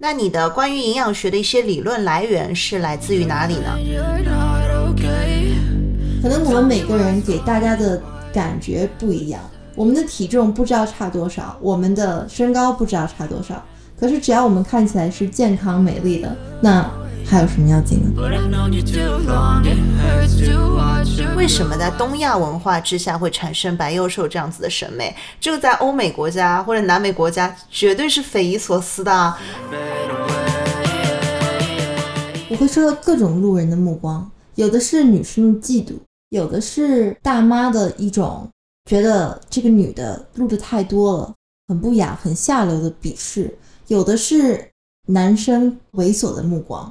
那你的关于营养学的一些理论来源是来自于哪里呢？ 可能我们每个人给大家的感觉不一样，我们的体重不知道差多少，我们的身高不知道差多少，可是只要我们看起来是健康美丽的，那还有什么要紧呢？ 为什么在东亚文化之下会产生白幼瘦这样子的审美？这个在欧美国家或者南美国家绝对是匪夷所思的啊。 我会收到各种路人的目光，有的是女生的嫉妒，有的是大妈的一种觉得这个女的录的太多了，很不雅很下流的鄙视，有的是男生猥琐的目光。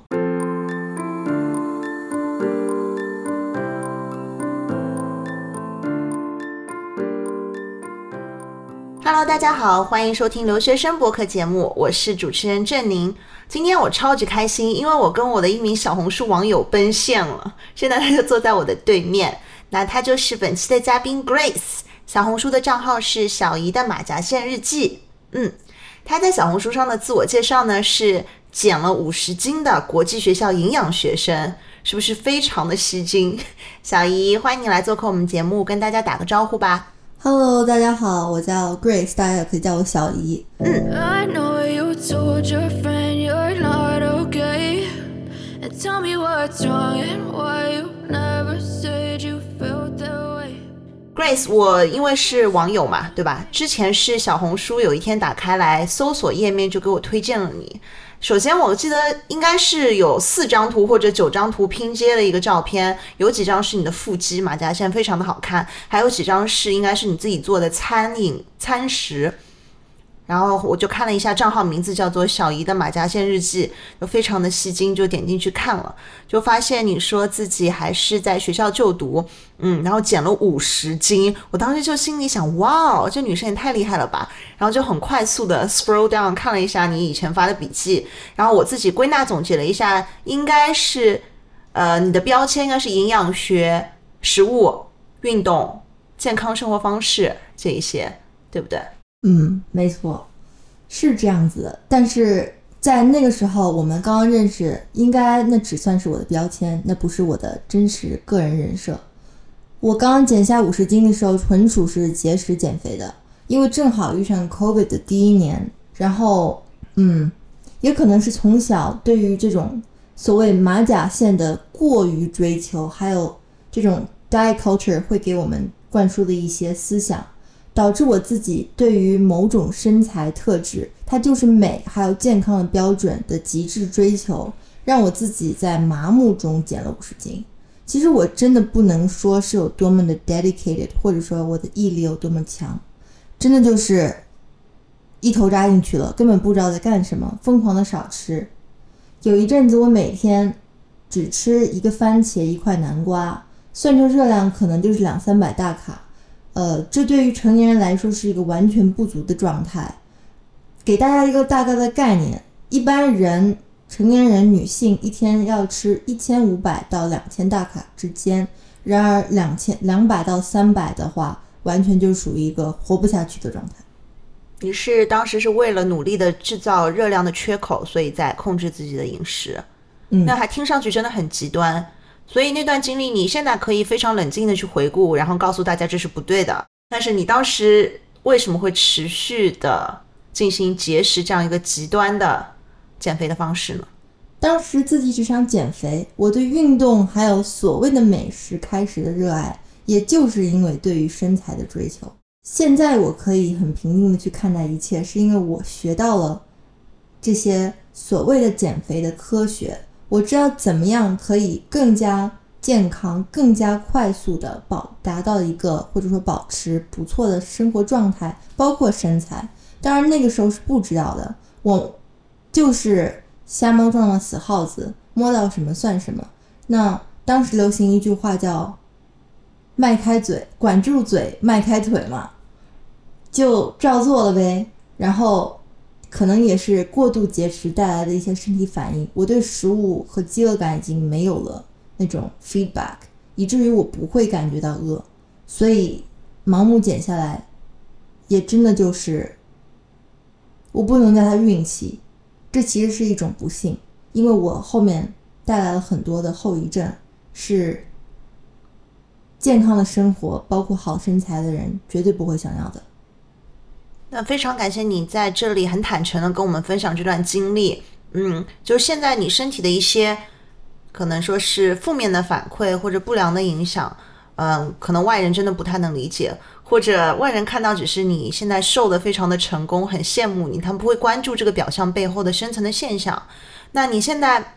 Hello， 大家好，欢迎收听留学生播客节目，我是主持人郑宁。今天我超级开心，因为我跟我的一名小红书网友奔现了，现在他就坐在我的对面。那他就是本期的嘉宾 Grace， 小红书的账号是小姨的马甲线日记。他在小红书上的自我介绍呢是减了50斤的国际学校营养学生，是不是非常的吸睛？小姨，欢迎你来做客我们节目，跟大家打个招呼吧。 Hello， 大家好，我叫 Grace， 大家也可以叫我小姨。 I know you told your friend you're not okay, and tell me what's wrong and why you never said you felt that way. Grace， 我因为是网友嘛，对吧？之前是小红书有一天打开来搜索页面就给我推荐了你。首先我记得应该是有4张图或者9张图拼接的一个照片，有几张是你的腹肌，马甲线非常的好看，还有几张是应该是你自己做的餐食。然后我就看了一下账号名字叫做小姨的马甲线日记，就非常的吸睛，就点进去看了，就发现你说自己还是在学校就读，然后减了50斤，我当时就心里想，哇，这女生也太厉害了吧，然后就很快速的 scroll down 看了一下你以前发的笔记，然后我自己归纳总结了一下，应该是你的标签应该是营养学、食物、运动、健康生活方式这一些，对不对？ 没错，是这样子的。但是在那个时候我们刚刚认识，应该那只算是我的标签，那不是我的真实个人人设。我刚刚减下50斤的时候纯属是节食减肥的，因为正好遇上 COVID 的第1年，然后也可能是从小对于这种所谓马甲线的过于追求，还有这种 diet culture 会给我们灌输的一些思想，导致我自己对于某种身材特质，它就是美还有健康的标准的极致追求，让我自己在麻木中减了50斤。其实我真的不能说是有多么的 dedicated， 或者说我的毅力有多么强，真的就是一头扎进去了，根本不知道在干什么，疯狂的少吃。有一阵子我每天只吃一个番茄一块南瓜，算成热量可能就是200-300大卡，这对于成年人来说是一个完全不足的状态。给大家一个大概的概念，一般人成年人女性一天要吃1500到2000大卡之间，然而200到300的话，完全就属于一个活不下去的状态。 你是当时是为了努力的制造热量的缺口，所以在控制自己的饮食，那还听上去真的很极端。所以那段经历你现在可以非常冷静的去回顾，然后告诉大家这是不对的，但是你当时为什么会持续的进行节食这样一个极端的减肥的方式呢？ 当时自己只想减肥，我对运动还有所谓的美食开始的热爱，也就是因为对于身材的追求。现在我可以很平静的去看待一切，是因为我学到了这些所谓的减肥的科学，我知道怎么样可以更加健康更加快速的达到一个或者说保持不错的生活状态，包括身材。当然那个时候是不知道的，我就是瞎猫撞到死耗子，摸到什么算什么。那当时流行一句话叫迈开嘴，管住嘴，迈开腿嘛，就照做了呗。然后可能也是过度节食带来的一些身体反应，我对食物和饥饿感已经没有了那种 feedback， 以至于我不会感觉到饿，所以盲目减下来也真的就是我不能叫它运气， 这其实是一种不幸，因为我后面带来了很多的后遗症，是健康的生活包括好身材的人绝对不会想要的。 那非常感谢你在这里很坦诚的跟我们分享这段经历。就是现在你身体的一些可能说是负面的反馈或者不良的影响，可能外人真的不太能理解，或者外人看到只是你现在瘦得非常的成功，很羡慕你，他们不会关注这个表象背后的深层的现象。那你现在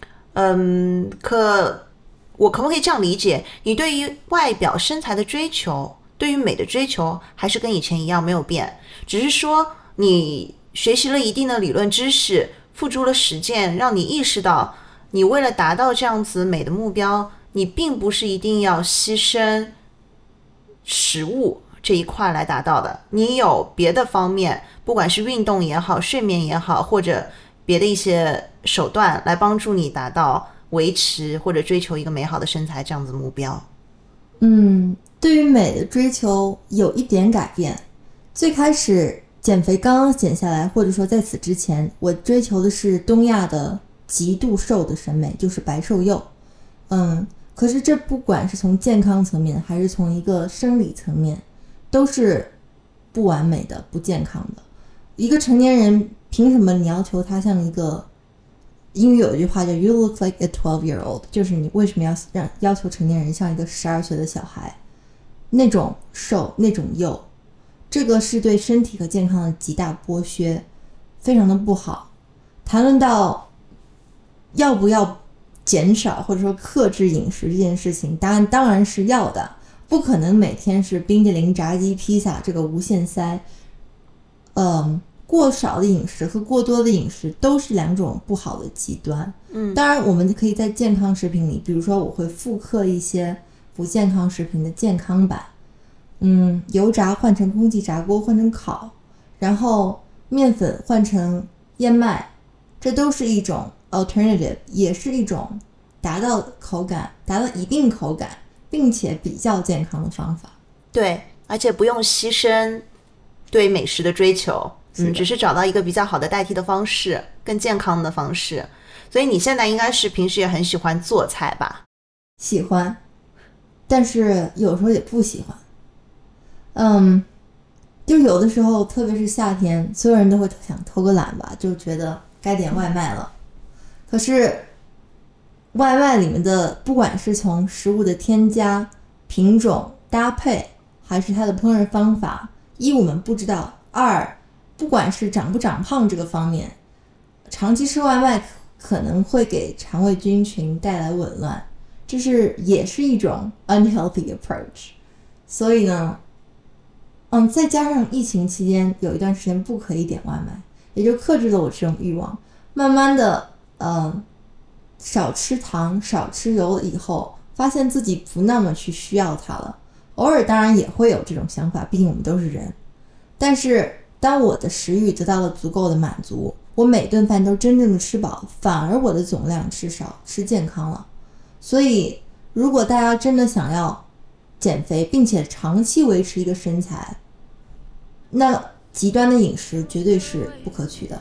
我可不可以这样理解，你对于外表身材的追求，对于美的追求还是跟以前一样没有变，只是说你学习了一定的理论知识，付诸了实践，让你意识到你为了达到这样子美的目标，你并不是一定要牺牲食物这一块来达到的，你有别的方面，不管是运动也好，睡眠也好，或者别的一些手段来帮助你达到维持或者追求一个美好的身材这样子的目标。 对于美的追求有一点改变。最开始减肥刚刚减下来，或者说在此之前，我追求的是东亚的极度瘦的审美，就是白瘦幼。可是这不管是从健康层面还是从一个生理层面，都是不完美的、不健康的。一个成年人凭什么你要求他像一个，英语有一句话叫 You look like a 12-year-old， 就是你为什么要求成年人像一个12岁的小孩，那种瘦那种幼，这个是对身体和健康的极大剥削，非常的不好。谈论到要不要减少或者说克制饮食这件事情，答案当然是要的，不可能每天是冰淇淋、炸鸡、披萨这个无限塞。过少的饮食和过多的饮食都是两种不好的极端。当然我们可以在健康食品里，比如说我会复刻一些不健康食品的健康版，油炸换成空气炸锅换成烤，然后面粉换成燕麦，这都是一种 alternative， 也是一种达到一定口感并且比较健康的方法。 对，而且不用牺牲对美食的追求，只是找到一个比较好的代替的方式，更健康的方式。所以你现在应该是平时也很喜欢做菜吧？ 喜欢，但是有时候也不喜欢。就有的时候特别是夏天，所有人都会想偷个懒吧，就觉得该点外卖了。可是外卖里面的不管是从食物的添加、品种、搭配，还是它的烹饪方法，一我们不知道，二不管是长不长胖这个方面，长期吃外卖可能会给肠胃菌群带来紊乱，这也是一种 unhealthy approach。 所以呢再加上疫情期间有一段时间不可以点外卖，也就克制了我这种欲望，慢慢的少吃糖少吃油以后，发现自己不那么去需要它了。偶尔当然也会有这种想法，毕竟我们都是人，但是当我的食欲得到了足够的满足，我每顿饭都真正的吃饱，反而我的总量吃少，吃健康了。所以如果大家真的想要减肥并且长期维持一个身材，那极端的饮食绝对是不可取的。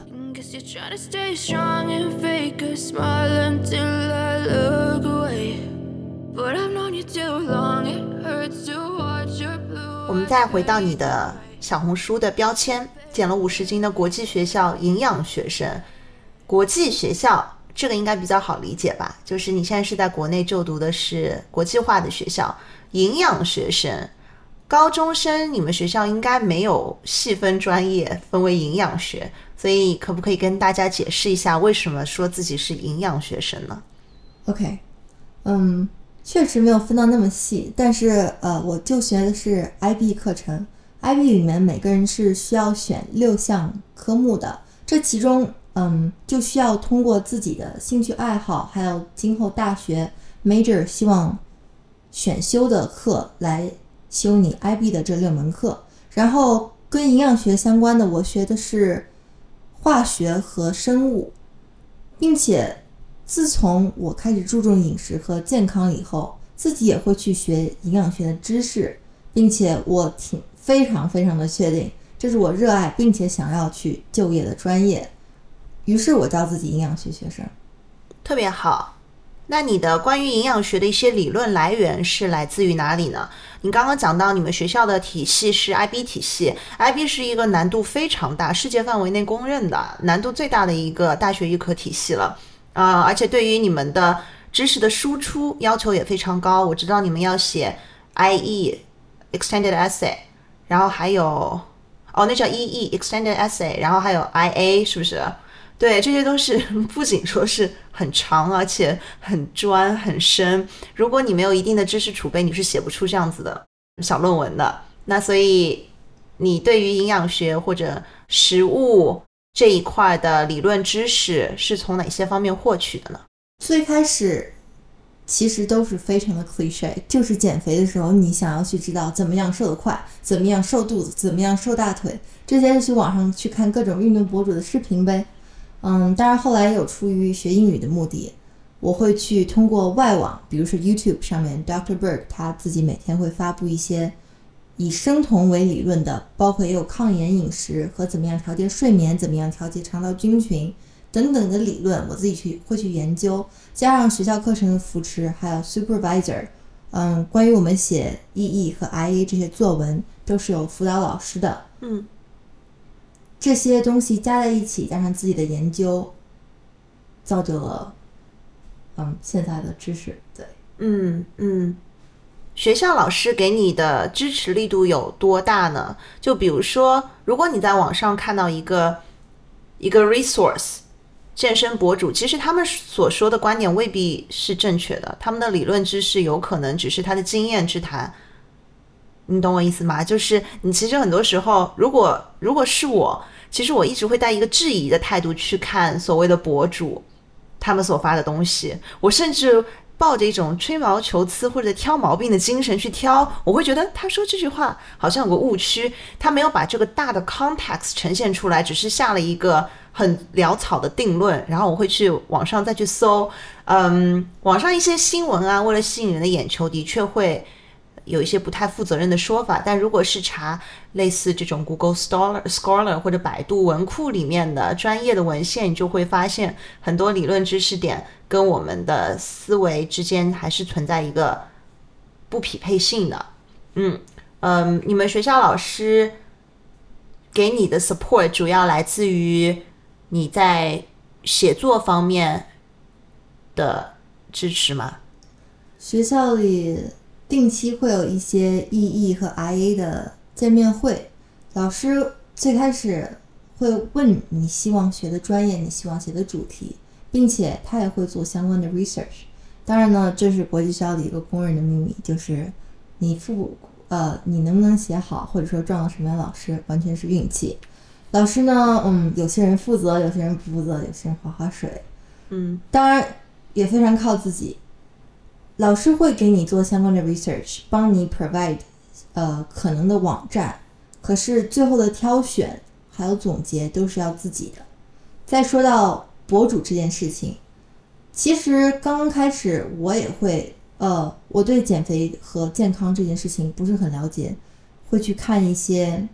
我们再回到你的小红书的标签，减了50斤的国际学校营养学生。国际学校这个应该比较好理解吧，就是你现在是在国内就读的是国际化的学校，营养学生。高中生你们学校应该没有细分专业分为营养学，所以可不可以跟大家解释一下为什么说自己是营养学生呢？ OK， 确实没有分到那么细，但是我就学的是 IB 课程， IB 里面每个人是需要选6项科目的，这其中就需要通过自己的兴趣爱好，还有今后大学 major 希望选修的课来修你 IB 的这6门课。然后跟营养学相关的，我学的是化学和生物，并且自从我开始注重饮食和健康以后，自己也会去学营养学的知识，并且我非常非常的确定这是我热爱并且想要去就业的专业。 于是我叫自己营养学学生。 特别好。那你的关于营养学的一些理论来源是来自于哪里呢？你刚刚讲到你们学校的体系是 IB 体系， IB 是一个难度非常大，世界范围内公认的难度最大的一个大学预科体系了。而且对于你们的知识的输出要求也非常高。我知道你们要写 IE Extended Essay， 然后还有那叫 EE Extended Essay， 然后还有 IA， 是不是？对，这些都是不仅说是很长，而且很专很深。如果你没有一定的知识储备，你是写不出这样子的小论文的。那所以你对于营养学或者食物这一块的理论知识是从哪些方面获取的呢？ 最开始其实都是非常的 cliché， 就是减肥的时候你想要去知道怎么样瘦得快，怎么样瘦肚子，怎么样瘦大腿，这些是去网上去看各种运动博主的视频呗。当然后来有出于学英语的目的，我会去通过外网，比如说 YouTube 上面 Dr. Berg 他自己每天会发布一些以生酮为理论的，包括也有抗炎饮食和怎么样调节睡眠，怎么样调节肠道菌群等等的理论，我自己会去研究，加上学校课程的扶持，还有 supervisor， 关于我们写 EE 和 IA 这些作文都是有辅导老师的。这些东西加在一起，加上自己的研究，造就了现在的知识。对， 学校老师给你的支持力度有多大呢？就比如说，如果你在网上看到一个 resource 健身博主，其实他们所说的观点未必是正确的，他们的理论知识有可能只是他的经验之谈。你懂我意思吗？就是你其实很多时候，如果是我，其实我一直会带一个质疑的态度去看所谓的博主他们所发的东西，我甚至抱着一种吹毛求疵或者挑毛病的精神去挑，我会觉得他说这句话好像有个误区，他没有把这个大的 context 呈现出来，只是下了一个很潦草的定论，然后我会去网上再去搜，网上一些新闻啊，为了吸引人的眼球，的确会有一些不太负责任的说法，但如果是查类似这种 Google Scholar 或者百度文库里面的专业的文献，你就会发现很多理论知识点跟我们的思维之间还是存在一个不匹配性的。你们学校老师给你的 support 主要来自于你在写作方面的支持吗？ 学校里定期会有一些 EE 和 IA 的见面会，老师最开始会问你希望学的专业，你希望写的主题，并且他也会做相关的 research。 当然呢，这是国际学校的一个公认的秘密，就是你能不能写好，或者说撞到什么样的老师，完全是运气。老师呢，有些人负责，有些人不负责，有些人划水，当然也非常靠自己。老师会给你做相关的 research， 帮你 provide 可能的网站，可是最后的挑选还有总结都是要自己的。再说到博主这件事情，其实刚刚开始我也会我对减肥和健康这件事情不是很了解，会去看一些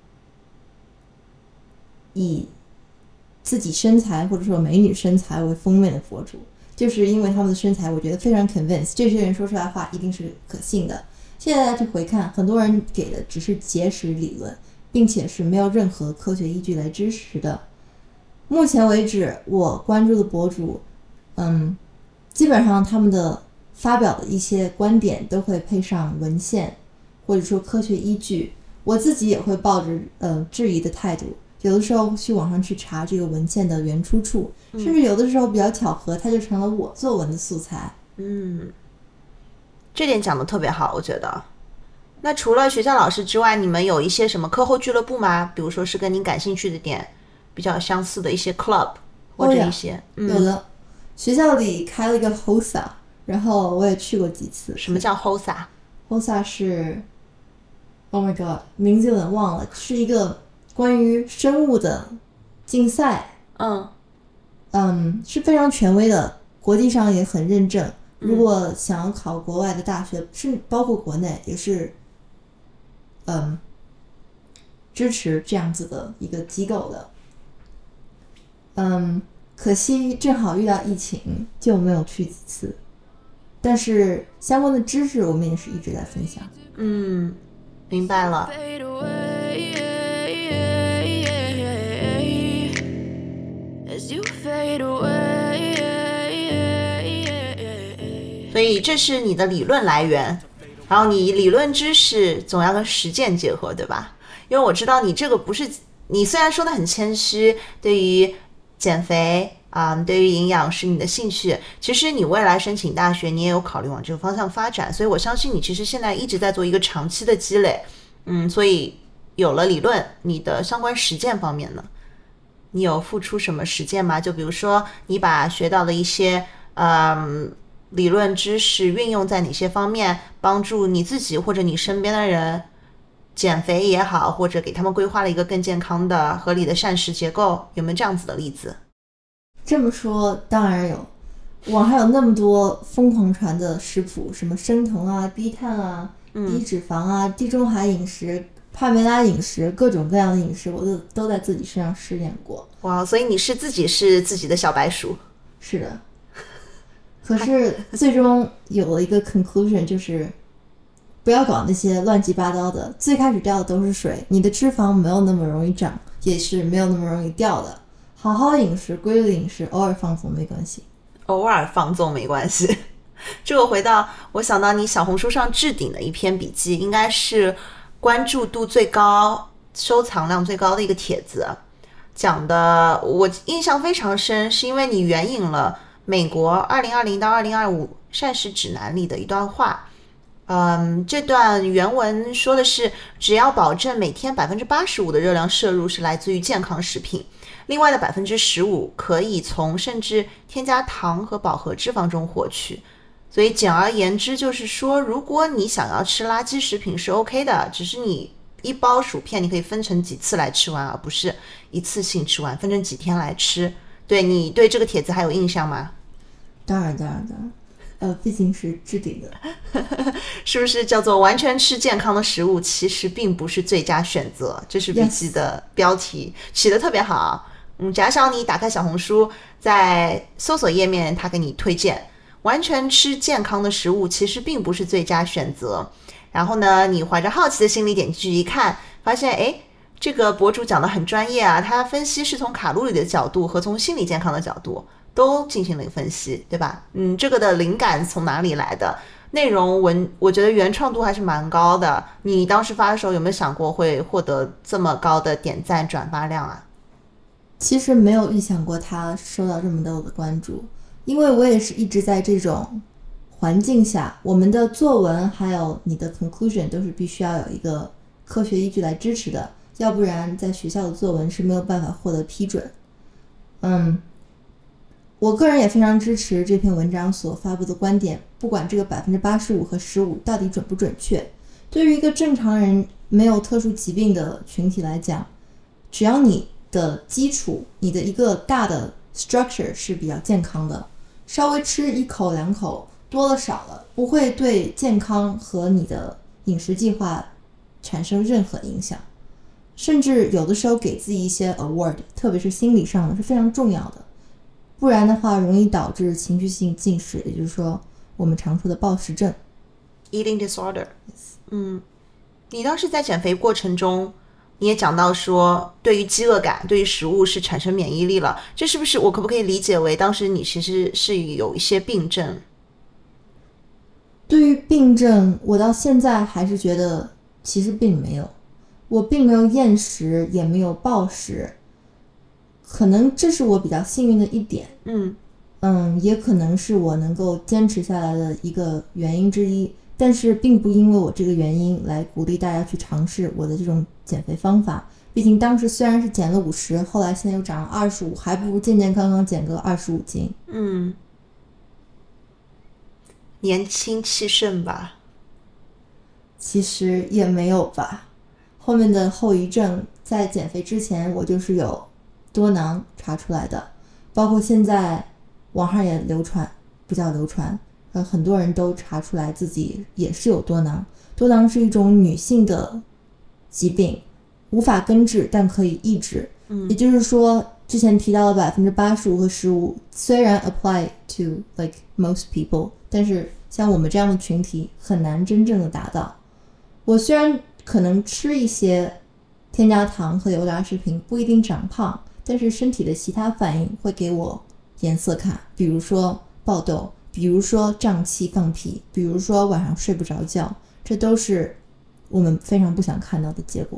以自己身材或者说美女身材为封面的博主，就是因为他们的身材我觉得非常 convinced 这些人说出来的话一定是可信的。现在去回看，很多人给的只是节食理论，并且是没有任何科学依据来支持的。目前为止我关注的博主基本上他们的发表的一些观点都会配上文献或者说科学依据，我自己也会抱着质疑的态度，有的时候去网上去查这个文献的原出处，甚至有的时候比较巧合，它就成了我作文的素材。 这点讲得特别好，我觉得。那除了学校老师之外，你们有一些什么课后俱乐部吗？比如说是跟您感兴趣的点比较相似的一些 club 或者一些有的。学校里开了一个 HOSA， 然后我也去过几次。 什么叫 HOSA？HOSA 是 Oh my god， 名字有点忘了，是一个关于生物的竞赛。是非常权威的，国际上也很认证。如果想要考国外的大学，是包括国内也是支持这样子的一个机构的。 可惜正好遇到疫情，就没有去几次。但是相关的知识我们也是一直在分享。 明白了。 Fade away as you fade away. 所以这是你的理论来源，然后你理论知识总要跟实践结合，对吧？因为我知道你这个不是，你虽然说的很谦虚，对于减肥对于营养是你的兴趣，其实你未来申请大学你也有考虑往这个方向发展，所以我相信你其实现在一直在做一个长期的积累。所以有了理论，你的相关实践方面呢，你有付出什么实践吗？就比如说你把学到的一些理论知识运用在哪些方面，帮助你自己或者你身边的人减肥也好，或者给他们规划了一个更健康的合理的膳食结构，有没有这样子的例子？ 这么说当然有，网上有那么多疯狂传的食谱，什么生酮啊、低碳啊、低脂肪啊、地中海饮食、帕梅拉饮食，各种各样的饮食我都在自己身上试验过。 哇，所以你是自己的小白鼠。 是的，可是最终有了一个 conclusion， 就是不要搞那些乱七八糟的，最开始掉的都是水，你的脂肪没有那么容易长，也是没有那么容易掉的。好好饮食，规律饮食，偶尔放纵没关系。 偶尔放纵没关系。这个回到我想到你小红书上置顶的一篇笔记，应该是关注度最高、收藏量最高的一个帖子，讲的我印象非常深，是因为你援引了美国2020到2025膳食指南里的一段话。这段原文说的是，只要保证每天85%的热量摄入是来自于健康食品，另外的15%可以从甚至添加糖和饱和脂肪中获取。所以简而言之就是说，如果你想要吃垃圾食品是 OK 的，只是你一包薯片你可以分成几次来吃完，而不是一次性吃完，分成几天来吃。对，你对这个帖子还有印象吗？ 当然，毕竟是置顶的。 是不是叫做完全吃健康的食物其实并不是最佳选择？这是笔记的标题，起得特别好。假想你打开小红书，在搜索页面它给你推荐完全吃健康的食物其实并不是最佳选择。然后呢，你怀着好奇的心理点进去一看，发现这个博主讲的很专业啊，他分析是从卡路里的角度和从心理健康的角度都进行了一个分析，对吧？这个的灵感从哪里来的？内容我觉得原创度还是蛮高的。你当时发的时候有没有想过会获得这么高的点赞转发量啊？ 其实没有预想过它受到这么多的关注，因为我也是一直在这种环境下，我们的作文还有你的 conclusion 都是必须要有一个科学依据来支持的，要不然在学校的作文是没有办法获得批准。我个人也非常支持这篇文章所发布的观点，不管这个85%和15%到底准不准确，对于一个正常人没有特殊疾病的群体来讲，只要你的基础，你的一个大的 structure 是比较健康的，稍微吃一口两口，多了少了，不会对健康和你的饮食计划产生任何影响。甚至有的时候给自己一些 award， 特别是心理上的是非常重要的，不然的话容易导致情绪性进食，也就是说我们常说的暴食症 eating disorder。 你当时在减肥过程中你也讲到说，对于饥饿感，对于食物是产生免疫力了，这是不是我可不可以理解为当时你其实是有一些病症？ 对于病症，我到现在还是觉得其实并没有，我并没有厌食，也没有暴食，可能这是我比较幸运的一点。也可能是我能够坚持下来的一个原因之一，但是并不因为我这个原因来鼓励大家去尝试我的这种减肥方法。毕竟当时虽然是减了50，后来现在又长了25，还不如健健康康减个25斤。 年轻气盛吧？ 其实也没有吧，后面的后遗症在减肥之前我就是有多囊查出来的，包括现在网上也流传，不叫流传，很多人都查出来自己也是有多囊。多囊是一种女性的疾病，无法根治，但可以抑制。也就是说， 之前提到的85%和15%，虽然 apply to like most people， 但是像我们这样的群体很难真正的达到。我虽然可能吃一些添加糖和油炸食品不一定长胖，但是身体的其他反应会给我颜色看，比如说爆痘，比如说胀气放屁，比如说晚上睡不着觉，这都是我们非常不想看到的结果。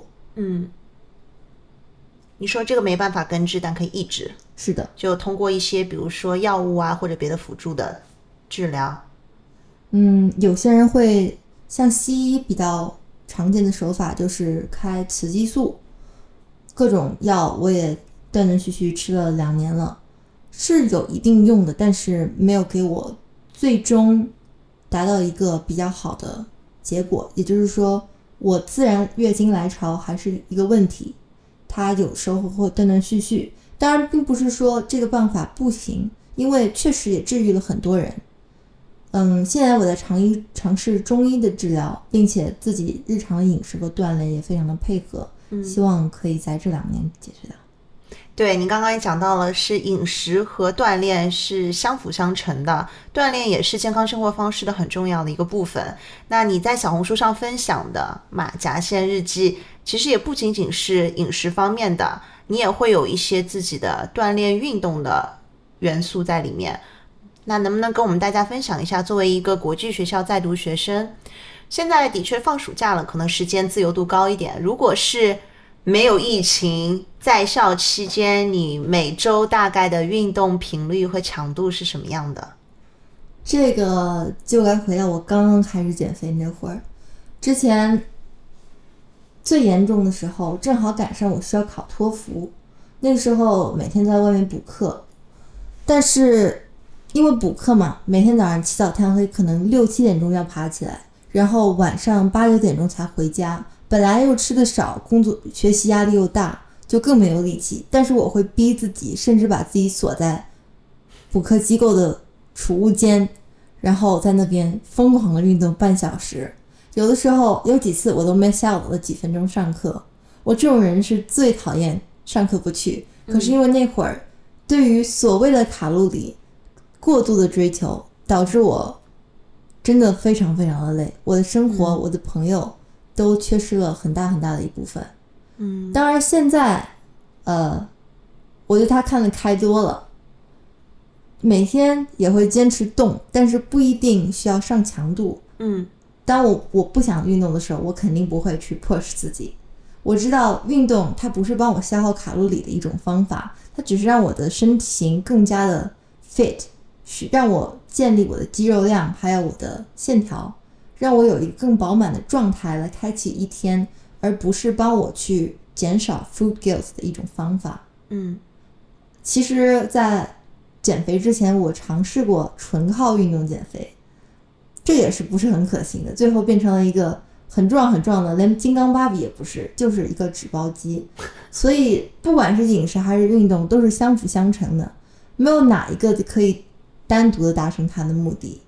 你说这个没办法根治，但可以抑制。 是的， 就通过一些比如说药物啊或者别的辅助的治疗。 有些人会像西医比较常见的手法就是开雌激素，各种药我也断断续续吃了2年了，是有一定用的，但是没有给我最终达到一个比较好的结果。也就是说，我自然月经来潮还是一个问题，它有时候会断断续续。当然并不是说这个办法不行，因为确实也治愈了很多人。现在我在尝试中医的治疗，并且自己日常的饮食和锻炼也非常的配合，希望可以在这2年解决掉。 对，你刚刚也讲到了，是饮食和锻炼是相辅相成的，锻炼也是健康生活方式的很重要的一个部分。那你在小红书上分享的马甲线日记，其实也不仅仅是饮食方面的，你也会有一些自己的锻炼运动的元素在里面。那能不能跟我们大家分享一下，作为一个国际学校在读学生，现在的确放暑假了，可能时间自由度高一点，如果是没有疫情，在校期间你每周大概的运动频率和强度是什么样的？ 这个就该回到我刚刚开始减肥那会儿，之前最严重的时候正好赶上我需要考托福，那个时候每天在外面补课，但是因为补课嘛，每天早上起早贪黑，可能6、7点钟要爬起来，然后晚上8、9点钟才回家，本来又吃的少，工作学习压力又大，就更没有力气。但是我会逼自己，甚至把自己锁在补课机构的储物间，然后在那边疯狂的运动半小时。有的时候有几次我都没下午的几分钟上课。我这种人是最讨厌上课不去，可是因为那会儿对于所谓的卡路里过度的追求，导致我真的非常非常的累，我的生活、我的朋友都缺失了很大很大的一部分。当然现在我对他看得开多了，每天也会坚持动，但是不一定需要上强度。当我不想运动的时候，我肯定不会去 push 自己。我知道运动它不是帮我消耗卡路里的一种方法，它只是让我的身形更加的 fit， 是让我建立我的肌肉量还有我的线条，让我有一个更饱满的状态来开启一天，而不是帮我去减少 food guilt 的一种方法。其实在减肥之前我尝试过纯靠运动减肥，这也是不是很可行的，最后变成了一个很壮很壮的，连金刚芭比也不是，就是一个纸包鸡。所以不管是饮食还是运动都是相辅相成的，没有哪一个可以单独的达成它的目的。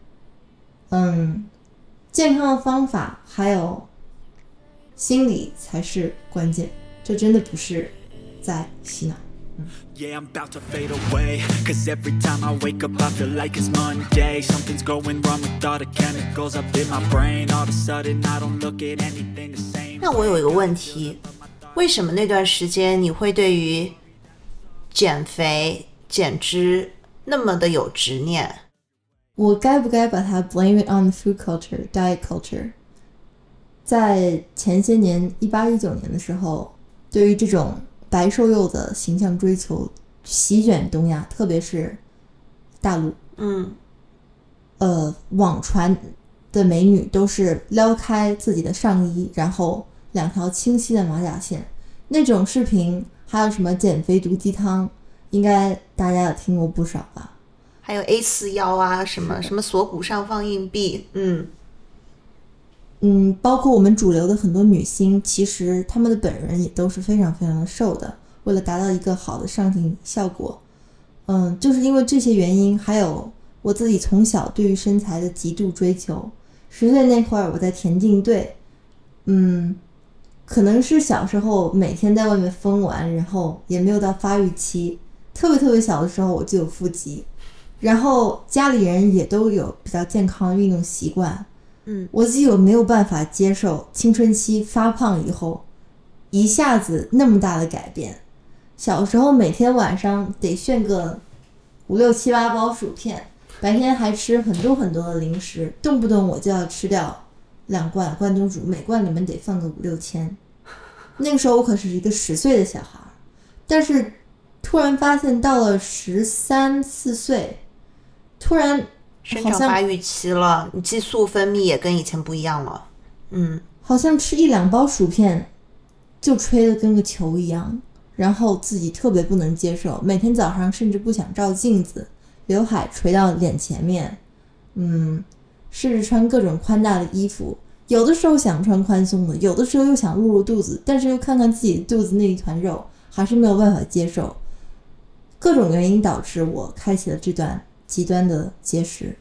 健康的方法还有心理才是关键，这真的不是在洗脑。 Yeah, I'm about to fade away, cause every time I wake up I feel like it's Monday. Something's going wrong with all the chemicals up in my brain. All of a sudden I don't look at anything the same. 那我有一个问题，为什么那段时间你会对于减肥减脂那么的有执念？ 我该不该把它 blame it on the food culture, diet culture？ 在前些年18、19年的时候，对于这种白瘦幼的形象追求席卷东亚，特别是大陆。网传的美女都是撩开自己的上衣，然后2条清晰的马甲线，那种视频还有什么减肥毒鸡汤，应该大家也听过不少吧。 还有 A4 腰啊，什么锁骨上放硬币。 包括我们主流的很多女星，其实她们的本人也都是非常非常的瘦的，为了达到一个好的上镜效果。就是因为这些原因，还有我自己从小对于身材的极度追求。10岁那会儿我在田径队， 可能是小时候每天在外面疯玩，然后也没有到发育期，特别小的时候我就有腹肌，然后家里人也都有比较健康的运动习惯，我自己有没有办法接受青春期发胖以后一下子那么大的改变。小时候每天晚上得炫个5、6、7、8包薯片，白天还吃很多的零食，动不动我就要吃掉2罐关东煮，每罐里面得放个5、6千。那个时候我可是一个10岁的小孩，但是突然发现到了13、14岁，突然生长发育期了，你激素分泌也跟以前不一样了。 好像吃1、2包薯片就吹得跟个球一样，然后自己特别不能接受，每天早上甚至不想照镜子，刘海垂到脸前面，试着穿各种宽大的衣服，有的时候想穿宽松的，有的时候又想露肚子，但是又看看自己肚子那一团肉，还是没有办法接受。各种原因导致我开启了这段极端的节食。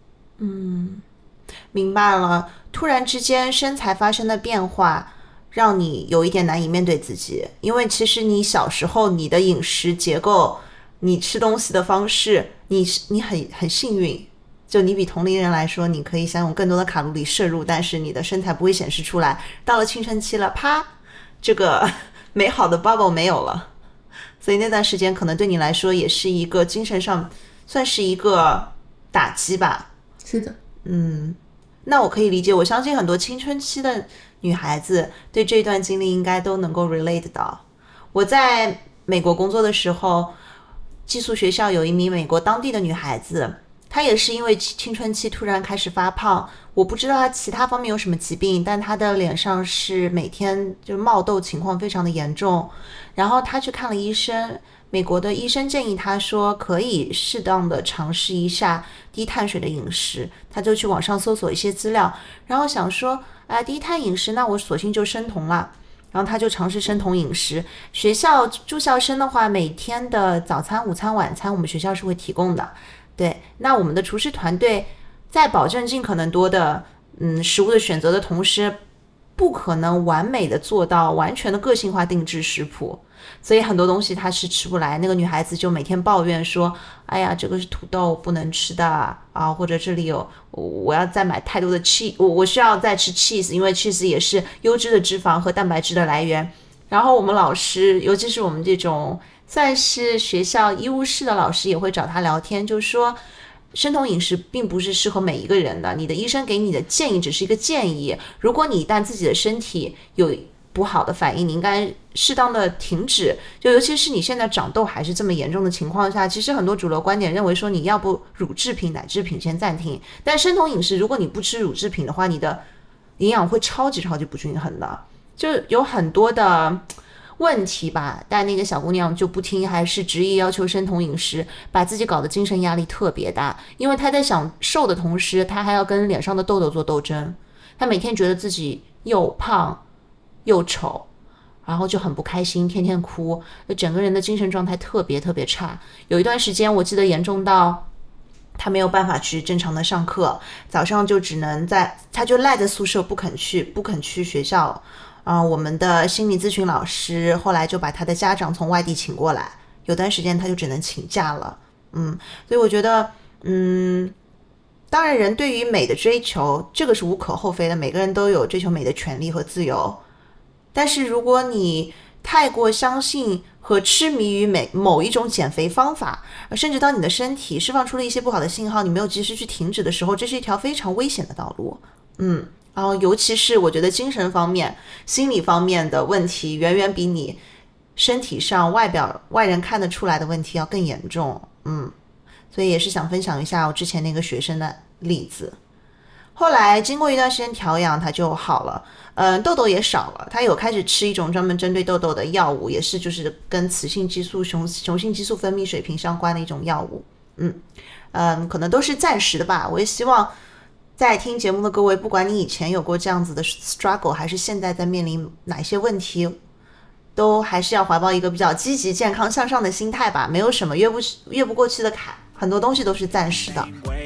明白了，突然之间身材发生的变化让你有一点难以面对自己，因为其实你小时候你的饮食结构，你吃东西的方式，你很幸运，就你比同龄人来说，你可以享有更多的卡路里摄入，但是你的身材不会显示出来。到了青春期了，啪，这个美好的 bubble 没有了，所以那段时间可能对你来说也是一个精神上算是一个打击吧。 是的， 那我可以理解，我相信很多青春期的女孩子对这段经历应该都能够 relate 到。我在美国工作的时候，寄宿学校有一名美国当地的女孩子，她也是因为青春期突然开始发胖，我不知道她其他方面有什么疾病，但她的脸上是每天就冒痘情况非常的严重，然后她去看了医生，美国的医生建议她说可以适当的尝试一下低碳水的饮食，她就去网上搜索一些资料，然后想说低碳饮食，那我索性就生酮了，然后他就尝试生酮饮食。学校住校生的话，每天的早餐、午餐、晚餐我们学校是会提供的。对，那我们的厨师团队在保证尽可能多的食物的选择的同时，不可能完美的做到完全的个性化定制食谱，所以很多东西她是吃不来。那个女孩子就每天抱怨说，哎呀，这个是土豆不能吃的啊，或者这里有我要再买太多的 cheese， 我需要再吃 cheese， 因为 cheese 也是优质的脂肪和蛋白质的来源。然后我们老师，尤其是我们这种算是学校医务室的老师，也会找她聊天，就说生酮饮食并不是适合每一个人的，你的医生给你的建议只是一个建议，如果你一旦自己的身体有不好的反应，你应该适当的停止。就尤其是你现在长痘还是这么严重的情况下，其实很多主流观点认为说你要不乳制品、奶制品先暂停，但生酮饮食如果你不吃乳制品的话，你的营养会超级不均衡的，就有很多的问题吧。但那个小姑娘就不听，还是执意要求生酮饮食，把自己搞得精神压力特别大，因为她在想瘦的同时，她还要跟脸上的痘痘做斗争，她每天觉得自己又胖又丑，然后就很不开心，天天哭，整个人的精神状态特别差。有一段时间我记得严重到他没有办法去正常的上课，早上就只能他就赖在宿舍不肯去学校。我们的心理咨询老师后来就把他的家长从外地请过来，有段时间他就只能请假了。所以我觉得当然人对于美的追求，这个是无可厚非的，每个人都有追求美的权利和自由。但是如果你太过相信和痴迷于某一种减肥方法，甚至当你的身体释放出了一些不好的信号，你没有及时去停止的时候，这是一条非常危险的道路。然后尤其是我觉得精神方面、心理方面的问题，远远比你身体上外人看得出来的问题要更严重。所以也是想分享一下我之前那个学生的例子。后来经过一段时间调养，他就好了，痘痘也少了，他有开始吃一种专门针对痘痘的药物，也是就是跟雌性激素、雄性激素分泌水平相关的一种药物。可能都是暂时的吧。我也希望在听节目的各位，不管你以前有过这样子的 struggle， 还是现在在面临哪些问题，都还是要怀抱一个比较积极、健康、向上的心态吧。没有什么越不过去的坎，很多东西都是暂时的。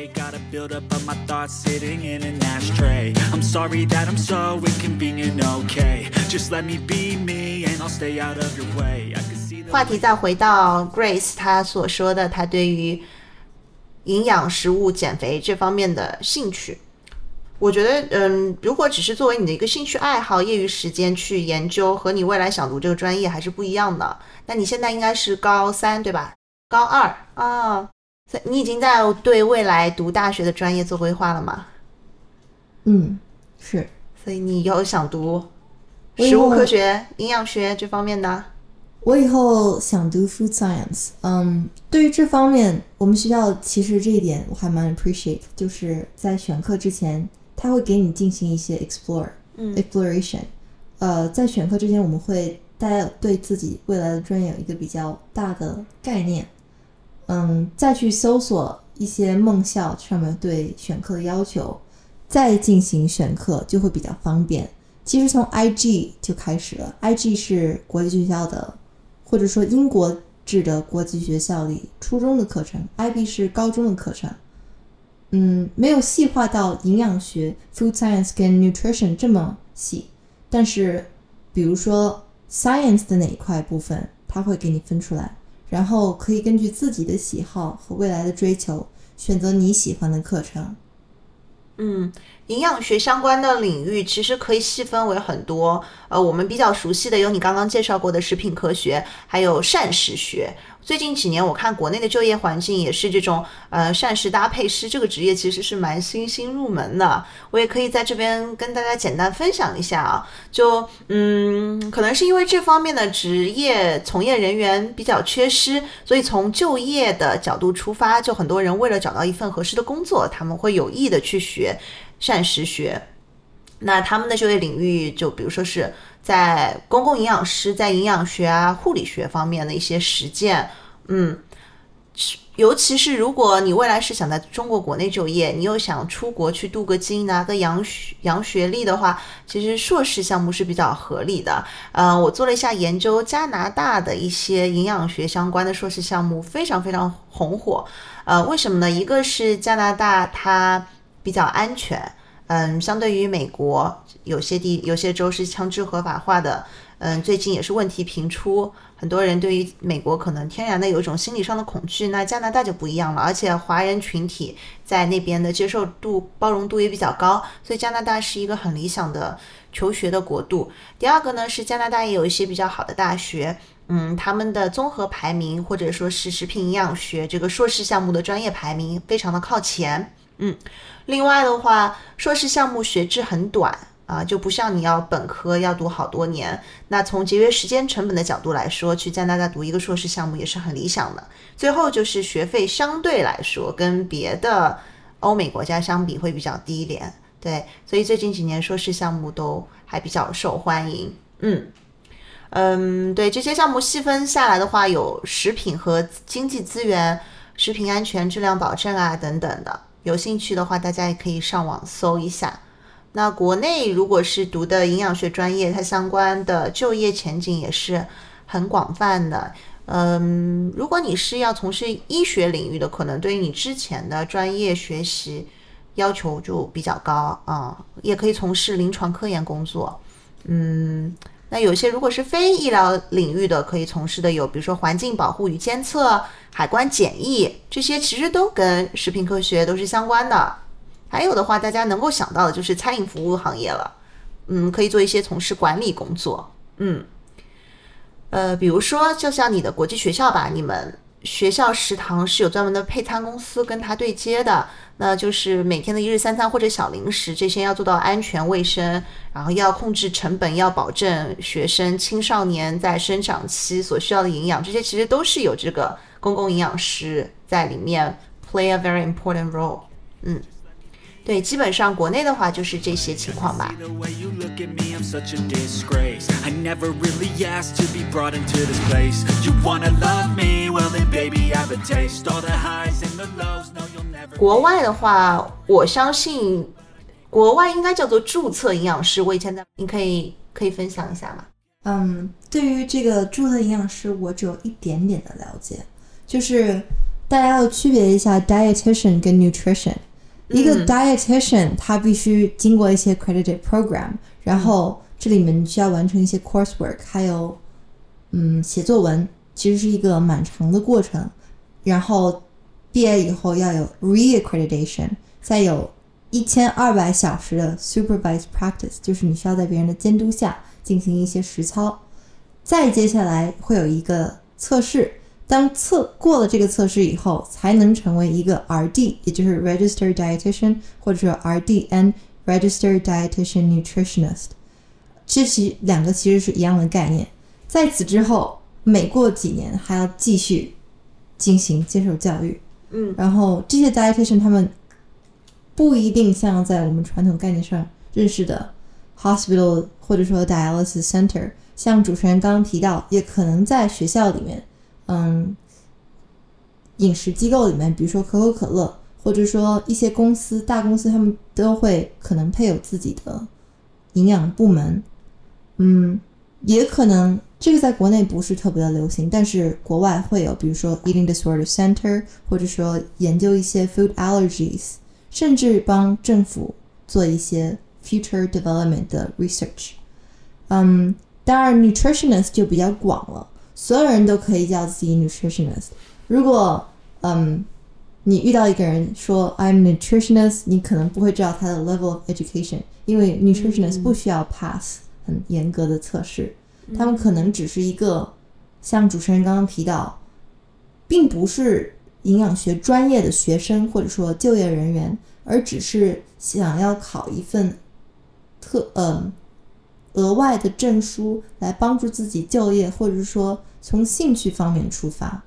buildup of my thoughts sitting in an ashtray. I'm sorry that I'm so inconvenient, okay. Just let me be me and I'll stay out of your way. I can see the 话题再回到 Grace 她所说的，她对于营养食物减肥这方面的兴趣。我觉得如果只是作为你的一个兴趣爱好，业余时间去研究，和你未来想读这个专业还是不一样的。那你现在应该是高3对吧？高2啊，你已经在对未来读大学的专业做规划了吗？ 是。 所以你有想读食物科学、营养学这方面的？ 我以后想读 food science。对于这方面，我们学校其实这一点我还蛮 appreciate， 就是在选课之前，他会给你进行一些 exploration。在选课之前，我们会大家对自己未来的专业有一个比较大的概念。再去搜索一些梦校上面对选课的要求，再进行选课就会比较方便。其实从 IG 就开始了， IG 是国际学校的，或者说英国制的国际学校里初中的课程， IB 是高中的课程。没有细化到营养学 food science 跟 nutrition 这么细，但是比如说 science 的哪一块部分它会给你分出来，然后可以根据自己的喜好和未来的追求选择你喜欢的课程。 营养学相关的领域其实可以细分为很多，我们比较熟悉的有你刚刚介绍过的食品科学，还有膳食学。最近几年我看国内的就业环境也是这种膳食搭配师这个职业其实是蛮新入门的，我也可以在这边跟大家简单分享一下啊。就可能是因为这方面的职业从业人员比较缺失，所以从就业的角度出发，就很多人为了找到一份合适的工作，他们会有意的去学膳食学。那他们的就业领域就比如说是在公共营养师，在营养学啊、护理学方面的一些实践。尤其是如果你未来是想在中国国内就业，你又想出国去镀个金，拿个洋学历的话，其实硕士项目是比较合理的。我做了一下研究，加拿大的一些营养学相关的硕士项目非常非常红火。为什么呢？一个是加拿大它比较安全，相对于美国有些州是枪支合法化的，最近也是问题频出，很多人对于美国可能天然的有一种心理上的恐惧。那加拿大就不一样了，而且华人群体在那边的接受度、包容度也比较高，所以加拿大是一个很理想的求学的国度。第二个呢，是加拿大也有一些比较好的大学，他们的综合排名或者说是食品营养学这个硕士项目的专业排名非常的靠前。另外的话，硕士项目学制很短就不像你要本科要读好多年。那从节约时间成本的角度来说，去加拿大读一个硕士项目也是很理想的。最后就是学费相对来说跟别的欧美国家相比会比较低廉，对，所以最近几年硕士项目都还比较受欢迎。对，这些项目细分下来的话，有食品和经济资源、食品安全、质量保证等等的。有兴趣的话，大家也可以上网搜一下。那国内如果是读的营养学专业，它相关的就业前景也是很广泛的。如果你是要从事医学领域的，可能对于你之前的专业学习要求就比较高也可以从事临床科研工作。那有些如果是非医疗领域的，可以从事的有比如说环境保护与监测、海关检疫，这些其实都跟食品科学都是相关的。还有的话，大家能够想到的就是餐饮服务行业了，可以做一些从事管理工作。比如说就像你的国际学校吧，你们学校食堂是有专门的配餐公司跟它对接的，那就是每天的一日三餐或者小零食，这些要做到安全卫生，然后要控制成本，要保证学生青少年在生长期所需要的营养，这些其实都是有这个公共营养师在里面 play a very important role。对，基本上国内的话就是这些情况吧。国外的话，我相信国外应该叫做注册营养师，我以前在，你可以分享一下吗？ 对于这个注册营养师，我只有一点点的了解，就是大家要区别一下 dietitian 跟 nutrition。 一个 dietitian 他必须经过一些 accredited program， 然后这里面需要完成一些 coursework， 还有写作文，其实是一个蛮长的过程。然后毕业以后要有 re-accreditation， 再有1200小时的 supervised practice， 就是你需要在别人的监督下进行一些实操。再接下来会有一个测试，当过了这个测试以后，才能成为一个 RD， 也就是 Registered Dietitian， 或者说 RDN Registered Dietitian Nutritionist。 这两个其实是一样的概念。在此之后，每过几年还要继续进行接受教育。然后这些 dietitian 他们不一定像在我们传统概念上认识的 hospital 或者说 dialysis center， 像主持人刚刚提到，也可能在学校里面饮食机构里面，比如说可口可乐，或者说一些大公司他们都会可能配有自己的营养部门。也可能这个在国内不是特别的流行，但是国外会有，比如说 Eating Disorder Center， 或者说研究一些 food allergies， 甚至帮政府做一些 future development 的 research。当然 nutritionist 就比较广了，所有人都可以叫自己 nutritionist。如果你遇到一个人说 I'm nutritionist， 你可能不会知道他的 level of education， 因为 nutritionist 不需要 pass 很严格的测试，他们可能只是一个像主持人刚刚提到，并不是营养学专业的学生或者说就业人员，而只是想要考一份额外的证书来帮助自己就业，或者说从兴趣方面出发。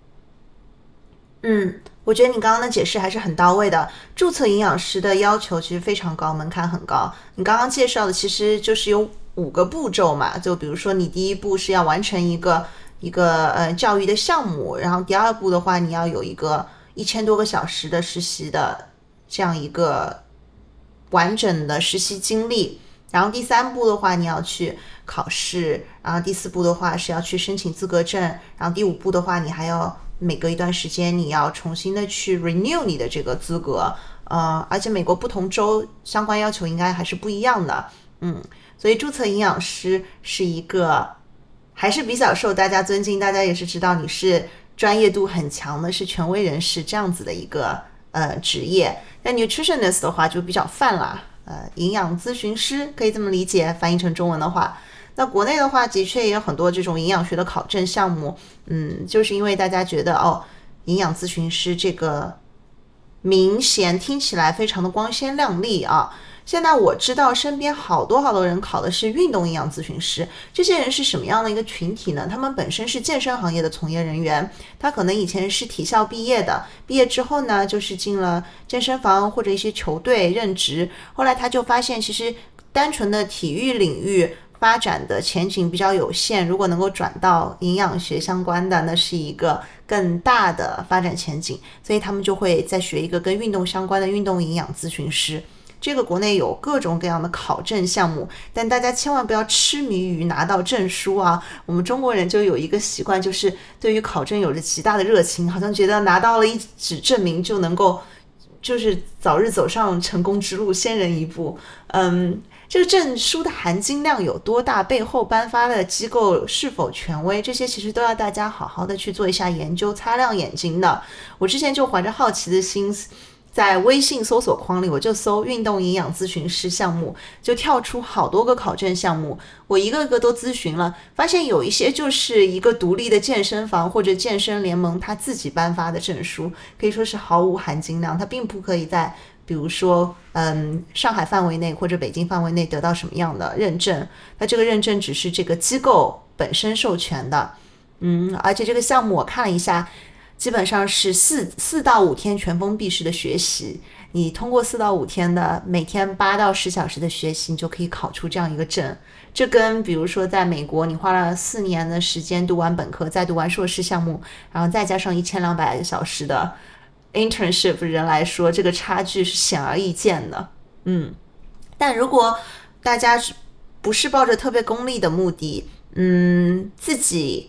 我觉得你刚刚的解释还是很到位的。注册营养师的要求其实非常高，门槛很高。你刚刚介绍的其实就是有5个步骤嘛，就比如说你第一步是要完成一个教育的项目，然后第二步的话你要有一个1000多个小时的实习的这样一个完整的实习经历，然后第3步的话你要去考试，然后第4步的话是要去申请资格证，然后第5步的话你还要每隔一段时间你要重新的去 renew 你的这个资格，而且美国不同州相关要求应该还是不一样的。所以注册营养师是一个还是比较受大家尊敬，大家也是知道你是专业度很强的，是权威人士这样子的一个职业。但 nutritionist 的话就比较泛了，营养咨询师可以这么理解，翻译成中文的话。那国内的话的确也有很多这种营养学的考证项目，就是因为大家觉得营养咨询师这个明显听起来非常的光鲜亮丽啊。现在我知道身边好多人考的是运动营养咨询师，这些人是什么样的一个群体呢？他们本身是健身行业的从业人员，他可能以前是体校毕业的，毕业之后呢就是进了健身房或者一些球队任职，后来他就发现其实单纯的体育领域发展的前景比较有限，如果能够转到营养学相关的，那是一个更大的发展前景，所以他们就会再学一个跟运动相关的运动营养咨询师。这个国内有各种各样的考证项目，但大家千万不要痴迷于拿到证书啊！我们中国人就有一个习惯，就是对于考证有着极大的热情，好像觉得拿到了一纸证明就能够就是早日走上成功之路，先人一步。这个证书的含金量有多大，背后颁发的机构是否权威，这些其实都要大家好好的去做一下研究，擦亮眼睛的。我之前就怀着好奇的心，在微信搜索框里我就搜运动营养咨询师项目，就跳出好多个考证项目，我一个个都咨询了，发现有一些就是一个独立的健身房或者健身联盟他自己颁发的证书，可以说是毫无含金量，它并不可以在比如说上海范围内或者北京范围内得到什么样的认证，它这个认证只是这个机构本身授权的。而且这个项目我看了一下，基本上是4到5天全封闭式的学习，你通过4到5天的每天8到10小时的学习，你就可以考出这样一个证。这跟比如说在美国你花了4年的时间读完本科，再读完硕士项目，然后再加上1200小时的 internship 人来说，这个差距是显而易见的。但如果大家不是抱着特别功利的目的，自己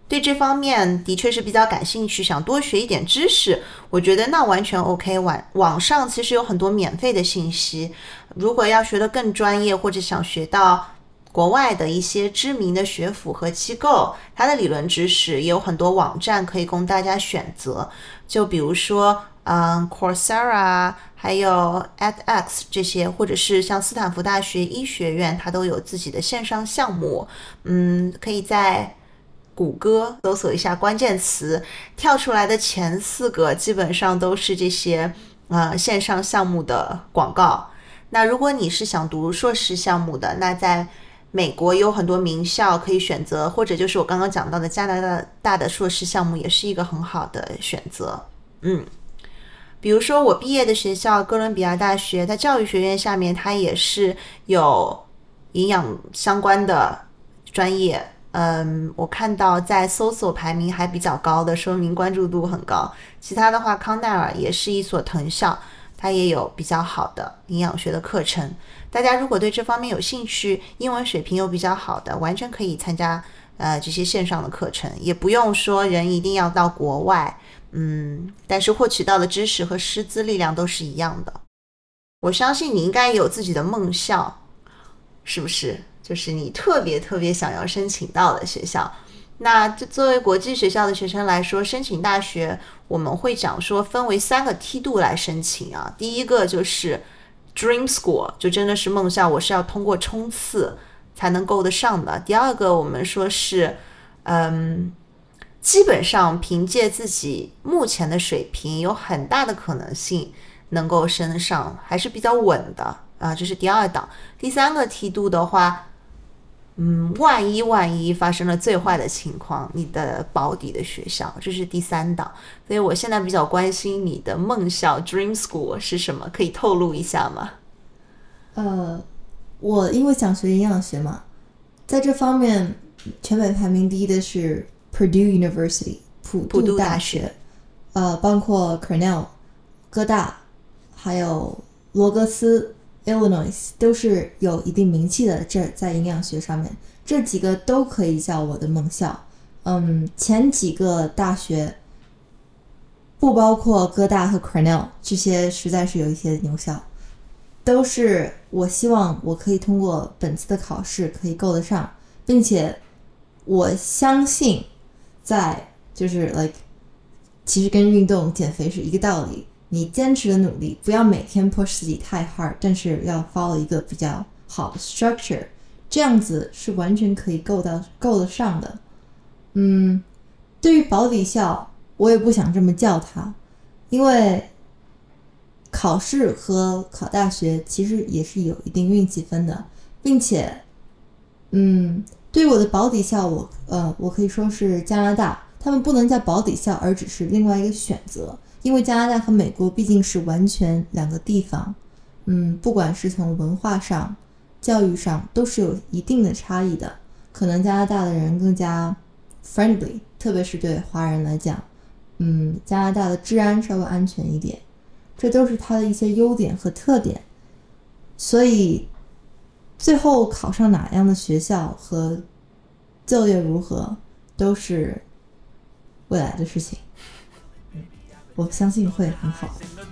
对这方面的确是比较感兴趣，想多学一点知识，我觉得那完全 OK。网上其实有很多免费的信息，如果要学得更专业，或者想学到国外的一些知名的学府和机构，它的理论知识也有很多网站可以供大家选择，就比如说Coursera 还有 edX 这些，或者是像斯坦福大学医学院，它都有自己的线上项目。可以在谷歌搜索一下关键词，跳出来的前4个基本上都是这些线上项目的广告。那如果你是想读硕士项目的，那在美国有很多名校可以选择，或者就是我刚刚讲到的加拿大的硕士项目也是一个很好的选择。比如说我毕业的学校哥伦比亚大学，它教育学院下面它也是有营养相关的专业。我看到在搜索排名还比较高的，说明关注度很高。其他的话，康奈尔也是一所藤校，它也有比较好的营养学的课程。大家如果对这方面有兴趣，英文水平又比较好的，完全可以参加这些线上的课程，也不用说人一定要到国外。但是获取到的知识和师资力量都是一样的。我相信你应该也有自己的梦校，是不是？就是你特别特别想要申请到的学校。那作为国际学校的学生来说，申请大学我们会讲说分为3个梯度来申请啊。第一个就是 Dream School， 就真的是梦校，我是要通过冲刺才能够得上的。第二个我们说是基本上凭借自己目前的水平有很大的可能性能够升上，还是比较稳的这是第2档。第3个梯度的话，万一发生了最坏的情况，你的保底的学校，这是第3档。所以我现在比较关心你的梦校 Dream School 是什么，可以透露一下吗？ 我因为想学营养学嘛，在这方面全美排名第1的是 Purdue University 普渡大学，包括 Cornell 哥大，还有罗格斯 Illinois 都是有一定名气的，这在营养学上面，这几个都可以叫我的梦校。前几个大学不包括哥大和 Cornell， 这些实在是有一些牛校，都是我希望我可以通过本次的考试可以够得上，并且我相信在就是其实跟运动减肥是一个道理，你坚持的努力，不要每天 push 自己太 hard， 但是要 follow 一个比较好的 structure， 这样子是完全可以够得上的。对于保底校，我也不想这么叫它，因为考试和考大学其实也是有一定运气分的，并且对于我的保底校，我可以说是加拿大，他们不能叫保底校，而只是另外一个选择，因为加拿大和美国毕竟是完全2个地方，不管是从文化上、教育上都是有一定的差异的。可能加拿大的人更加 friendly， 特别是对华人来讲，加拿大的治安稍微安全一点，这都是它的一些优点和特点。所以最后考上哪样的学校和就业如何都是未来的事情，我相信会很好。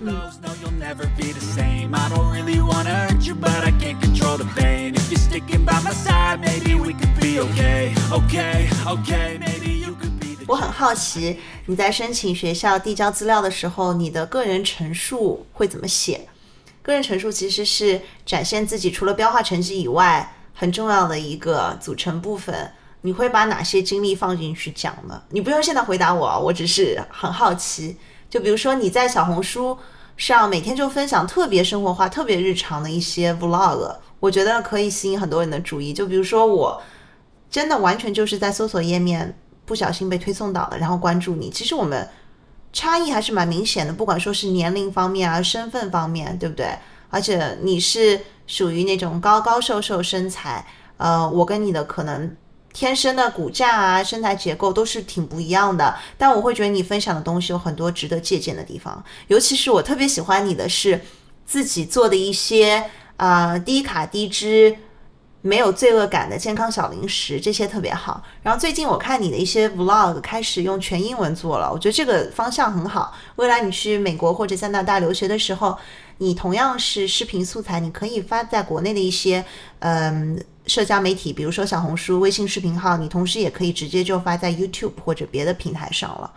我很好奇，你在申请学校递交资料的时候，你的个人陈述会怎么写？个人陈述其实是展现自己除了标化成绩以外很重要的一个组成部分。你会把哪些经历放进去讲呢？你不用现在回答我，我只是很好奇。就比如说你在小红书上每天就分享特别生活化、特别日常的一些 vlog， 我觉得可以吸引很多人的注意。就比如说我真的完全就是在搜索页面不小心被推送到了，然后关注你。其实我们差异还是蛮明显的，不管说是年龄方面啊、身份方面，对不对？而且你是属于那种高瘦身材，我跟你的可能天生的骨架啊、身材结构都是挺不一样的，但我会觉得你分享的东西有很多值得借鉴的地方。尤其是我特别喜欢你的是自己做的一些低卡低脂没有罪恶感的健康小零食，这些特别好。然后最近我看你的一些 vlog 开始用全英文做了，我觉得这个方向很好。未来你去美国或者加拿大留学的时候，你同样是视频素材，你可以发在国内的一些社交媒体，比如说小红书、微信视频号，你同时也可以直接就发在 YouTube 或者别的平台上了。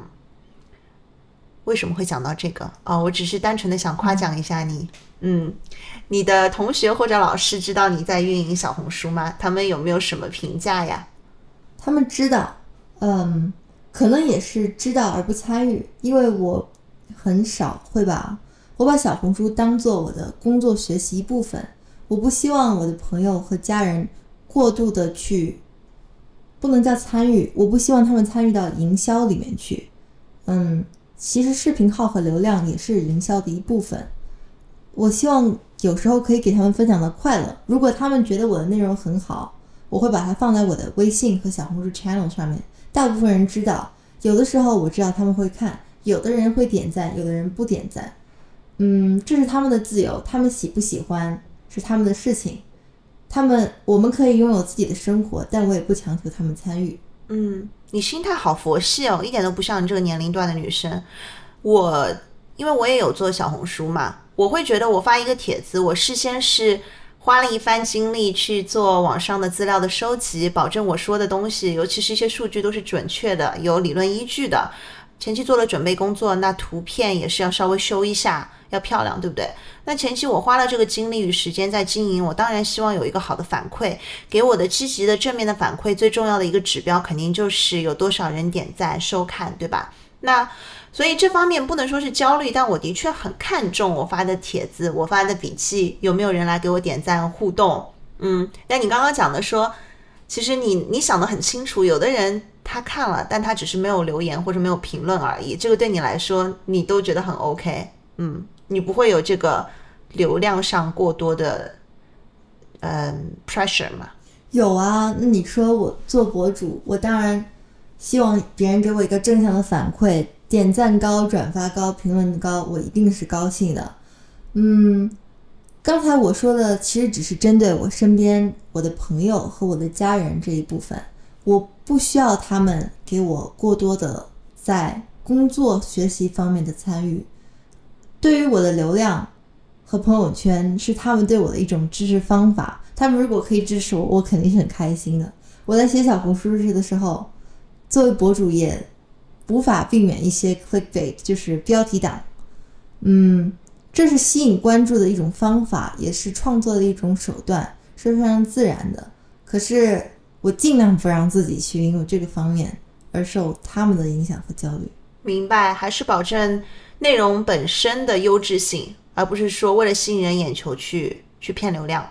为什么会讲到这个？我只是单纯的想夸奖一下你。你的同学或者老师知道你在运营小红书吗？他们有没有什么评价呀？ 他们知道，可能也是知道而不参与，因为我很少会我把小红书当做我的工作学习一部分，我不希望我的朋友和家人过度的去，不能叫参与，我不希望他们参与到营销里面去。其实视频号和流量也是营销的一部分，我希望有时候可以给他们分享到快乐。如果他们觉得我的内容很好，我会把它放在我的微信和小红书 channel 上面，大部分人知道，有的时候我知道他们会看，有的人会点赞，有的人不点赞。这是他们的自由，他们喜不喜欢是他们的事情，我们可以拥有自己的生活，但我也不强求他们参与。 你心态好佛系哦，一点都不像你这个年龄段的女生。因为我也有做小红书嘛，我会觉得我发一个帖子，我事先是花了一番精力去做网上的资料的收集，保证我说的东西，尤其是一些数据都是准确的，有理论依据的。前期做了准备工作，那图片也是要稍微修一下，要漂亮，对不对？那前期我花了这个精力与时间在经营，我当然希望有一个好的反馈，给我的积极的正面的反馈，最重要的一个指标肯定就是有多少人点赞收看，对吧？那所以这方面不能说是焦虑，但我的确很看重我发的帖子，我发的笔记有没有人来给我点赞互动。但你刚刚讲的说，其实你想得很清楚，有的人他看了，但他只是没有留言或者没有评论而已，这个对你来说你都觉得很 OK。你不会有这个流量上过多的pressure 吗？ 有啊，那你说我做博主，我当然希望别人给我一个正向的反馈，点赞高、转发高、评论高，我一定是高兴的。刚才我说的其实只是针对我身边我的朋友和我的家人这一部分，我不需要他们给我过多的在工作学习方面的参与。对于我的流量和朋友圈是他们对我的一种支持方法，他们如果可以支持我，我肯定是很开心的。我在写小红书的时候，作为博主也无法避免一些 clickbait， 就是标题党。这是吸引关注的一种方法，也是创作的一种手段，是非常自然的。可是我尽量不让自己去因为这个方面而受他们的影响和焦虑。 明白，还是保证内容本身的优质性，而不是说为了吸引人眼球去骗流量。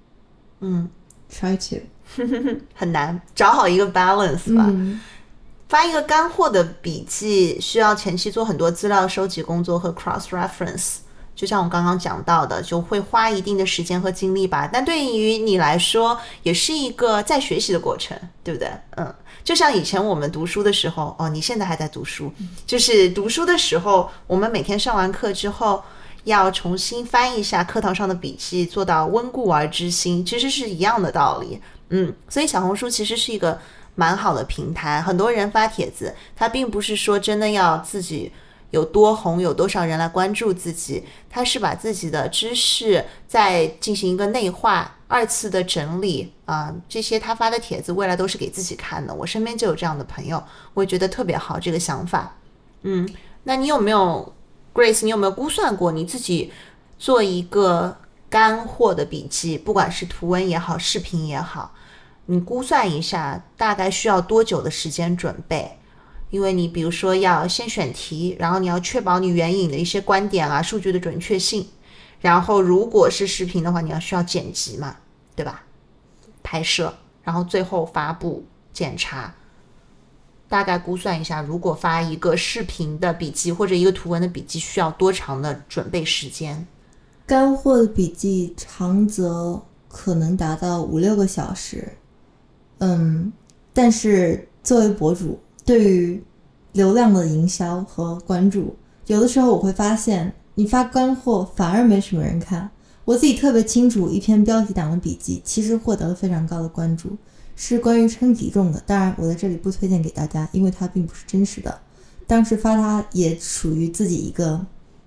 Try to 很难找好一个 balance 吧。发一个干货的笔记需要前期做很多资料收集工作和 cross reference， 就像我刚刚讲到的，就会花一定的时间和精力吧。但对于你来说也是一个在学习的过程，对不对？就像以前我们读书的时候，你现在还在读书，就是读书的时候，我们每天上完课之后要重新翻一下课堂上的笔记，做到温故而知新，其实是一样的道理。所以小红书其实是一个蛮好的平台，很多人发帖子，他并不是说真的要自己有多红，有多少人来关注自己，他是把自己的知识再进行一个内化，二次的整理这些他发的帖子未来都是给自己看的。我身边就有这样的朋友，我也觉得特别好这个想法。那你有没有 Grace， 你有没有估算过你自己做一个干货的笔记，不管是图文也好，视频也好，你估算一下大概需要多久的时间准备？因为你比如说要先选题，然后你要确保你援引的一些观点啊、数据的准确性，然后如果是视频的话，你要需要剪辑嘛，对吧？拍摄，然后最后发布、检查。大概估算一下，如果发一个视频的笔记或者一个图文的笔记，需要多长的准备时间？ 干货的笔记长则可能达到5-6个小时。但是作为博主，对于流量的营销和关注，有的时候我会发现你发干货反而没什么人看， 我自己特别清楚，一篇标题党的笔记其实获得了非常高的关注，是关于称体重的。当然我在这里不推荐给大家，因为它并不是真实的。当时发它也属于自己一个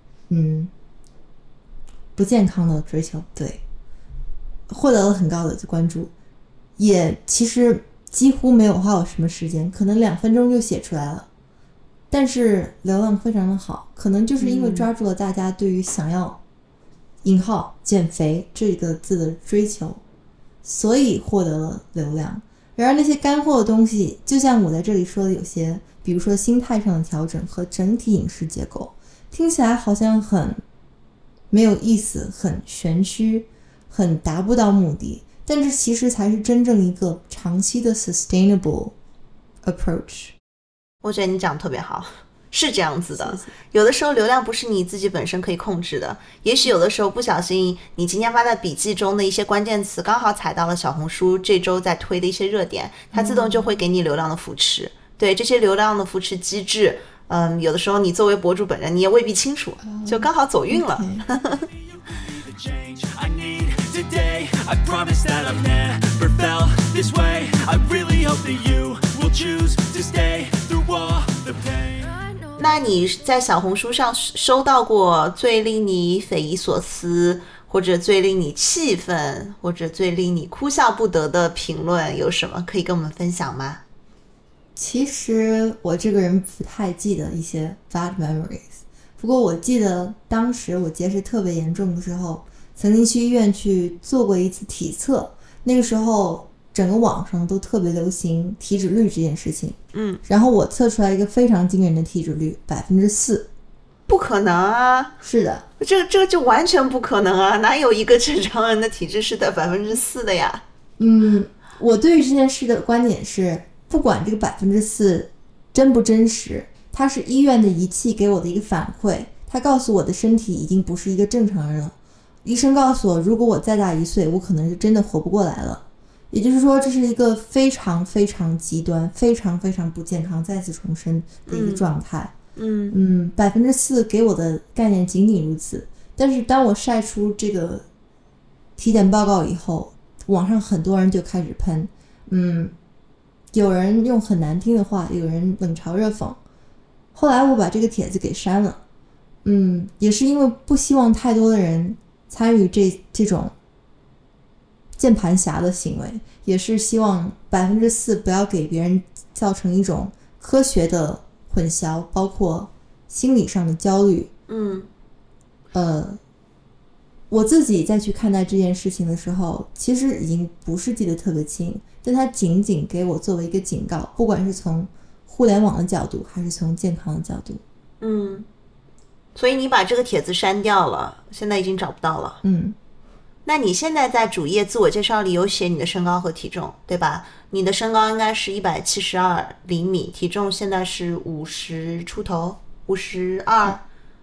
不健康的追求，对，获得了很高的关注，也其实几乎没有花我什么时间，可能2分钟就写出来了，但是流量非常的好，可能就是因为抓住了大家对于想要引号减肥这个字的追求，所以获得了流量。然而那些干货的东西，就像我在这里说的有些，比如说心态上的调整和整体饮食结构，听起来好像很没有意思，很玄虚，很达不到目的，但这其实才是真正一个长期的 sustainable approach。 我觉得你讲得特别好，是这样子的。 谢谢。 有的时候流量不是你自己本身可以控制的，也许有的时候不小心你今天发在笔记中的一些关键词刚好踩到了小红书这周在推的一些热点，它自动就会给你流量的扶持。对，这些流量的扶持机制有的时候你作为博主本人你也未必清楚，就刚好走运了。 I promise that I've never felt this way. I really hope that you will choose to stay through all the pain. 那你在小红书上收到过最令你匪夷所思，或者最令你气愤，或者最令你哭笑不得的评论有什么可以跟我们分享吗？ 其实我这个人不太记得一些 bad memories， 不过我记得当时我结石特别严重的时候，曾经去医院去做过一次体测，那个时候整个网上都特别流行体脂率这件事情，然后我测出来一个非常惊人的体脂率4%。 不可能啊！ 是的， 这个就完全不可能啊！哪有一个正常人的体质是在4%的呀？ 我对于这件事的观点是，不管这个4%真不真实，它是医院的仪器给我的一个反馈，它告诉我的身体已经不是一个正常人了。医生告诉我，如果我再大1岁，我可能是真的活不过来了。也就是说，这是一个非常非常极端、非常非常不健康，再次重申的一个状态。4%给我的概念仅仅如此。但是当我晒出这个体检报告以后，网上很多人就开始喷，有人用很难听的话，有人冷嘲热讽。后来我把这个帖子给删了，也是因为不希望太多的人参与这种键盘侠的行为，也是希望4%不要给别人造成一种科学的混淆，包括心理上的焦虑。我自己再去看待这件事情的时候，其实已经不是记得特别清，但它仅仅给我作为一个警告，不管是从互联网的角度还是从健康的角度。 所以你把这个帖子删掉了，现在已经找不到了。那你现在在主页自我介绍里有写你的身高和体重，对吧？你的身高应该是172厘米，体重现在是50出头，52。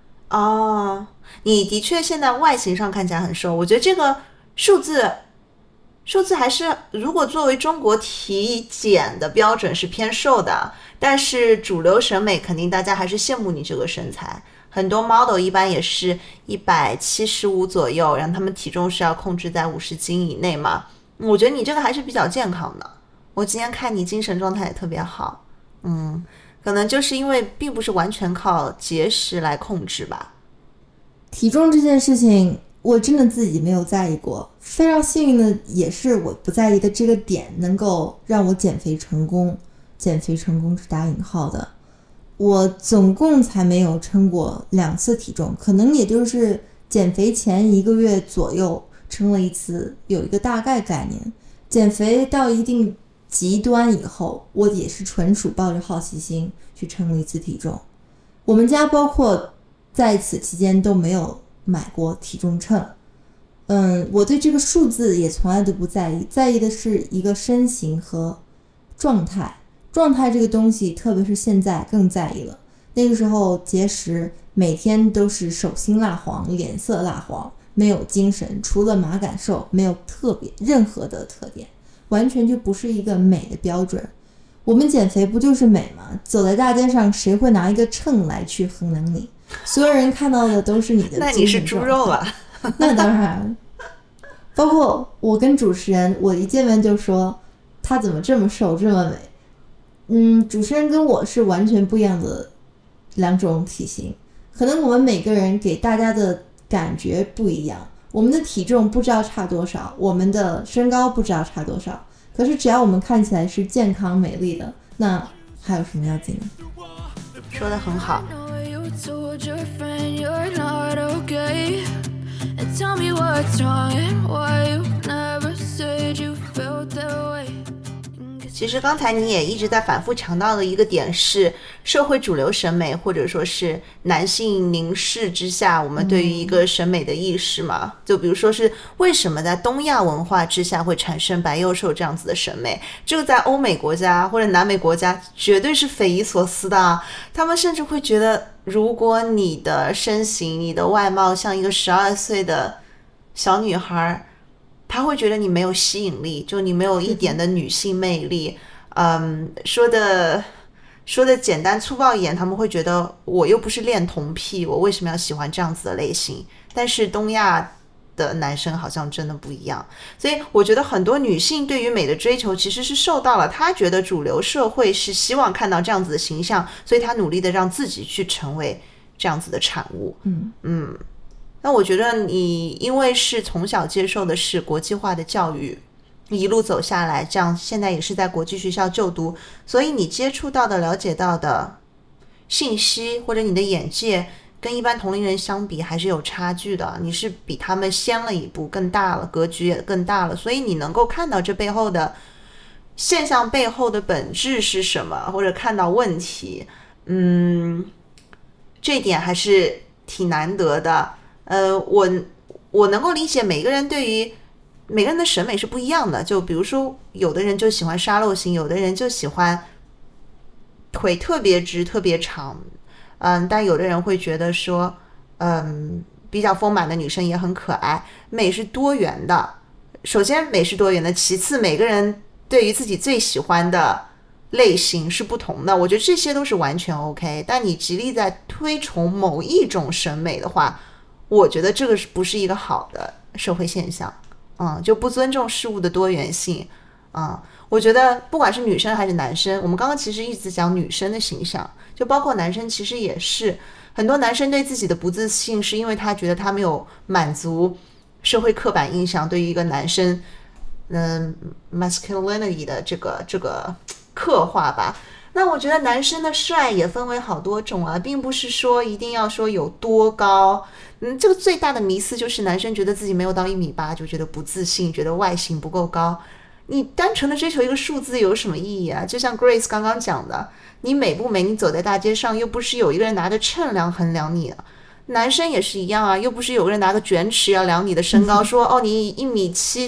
你的确现在外形上看起来很瘦，我觉得这个数字还是，如果作为中国体检的标准是偏瘦的，但是主流审美肯定大家还是羡慕你这个身材。很多 model 一般也是175左右，然后他们体重是要控制在50斤以内嘛。我觉得你这个还是比较健康的，我今天看你精神状态也特别好。可能就是因为并不是完全靠节食来控制吧。 体重这件事情我真的自己没有在意过，非常幸运的也是我不在意的这个点能够让我减肥成功。减肥成功是打引号的，我总共才没有称过2次体重，可能也就是减肥前1个月左右称了1次，有一个大概概念。减肥到一定极端以后，我也是纯属抱着好奇心去称了1次体重。我们家包括在此期间都没有买过体重秤。我对这个数字也从来都不在意，在意的是一个身形和状态。状态这个东西特别是现在更在意了，那个时候节食每天都是手心蜡黄，脸色蜡黄，没有精神，除了马杆瘦没有任何的特点，完全就不是一个美的标准。我们减肥不就是美吗？走在大街上谁会拿一个秤来去衡量你？所有人看到的都是你的那你是猪肉啊。 那当然， 包括我跟主持人，我一见面就说他怎么这么瘦这么美。主持人跟我是完全不一样的两种体型，可能我们每个人给大家的感觉不一样，我们的体重不知道差多少，我们的身高不知道差多少，可是只要我们看起来是健康美丽的，那还有什么要紧呢？ 说得很好。 Tell me what's wrong and why you never said you felt that way. 其实刚才你也一直在反复强调的一个点是社会主流审美，或者说是男性凝视之下我们对于一个审美的意识嘛。就比如说是为什么在东亚文化之下会产生白幼瘦这样子的审美，这个在欧美国家或者南美国家绝对是匪夷所思的。他们甚至会觉得如果你的身形你的外貌像一个12岁的小女孩，他会觉得你没有吸引力，就你没有一点的女性魅力。说的简单粗暴一点，他们会觉得我又不是恋童癖，我为什么要喜欢这样子的类型？但是东亚的男生好像真的不一样，所以我觉得很多女性对于美的追求其实是受到了她觉得主流社会是希望看到这样子的形象，所以她努力的让自己去成为这样子的产物。那我觉得你因为是从小接受的是国际化的教育，一路走下来，这样现在也是在国际学校就读，所以你接触到的了解到的信息或者你的眼界跟一般同龄人相比还是有差距的，你是比他们先了一步，更大了，格局也更大了，所以你能够看到这背后的现象背后的本质是什么，或者看到问题。这一点还是挺难得的。我能够理解每个人的审美是不一样的，就比如说有的人就喜欢沙漏型，有的人就喜欢腿特别直特别长，但有的人会觉得说比较丰满的女生也很可爱。美是多元的，首先美是多元的，其次每个人对于自己最喜欢的类型是不同的，我觉得这些都是完全 OK。 但你极力在推崇某一种审美的话，我觉得这个不是一个好的社会现象。就不尊重事物的多元性。我觉得不管是女生还是男生，我们刚刚其实一直讲女生的形象，就包括男生其实也是，很多男生对自己的不自信是因为他觉得他没有满足社会刻板印象对于一个男生masculinity 的这个刻画吧。那我觉得男生的帅也分为好多种啊，并不是说一定要说有多高。这个最大的迷思就是男生觉得自己没有到1.8米就觉得不自信，觉得外形不够高。你单纯的追求一个数字有什么意义啊？就像 Grace 刚刚讲的，你美不美，你走在大街上又不是有一个人拿着秤量衡量你的。男生也是一样啊，又不是有个人拿个卷尺要量你的身高，说你1.7米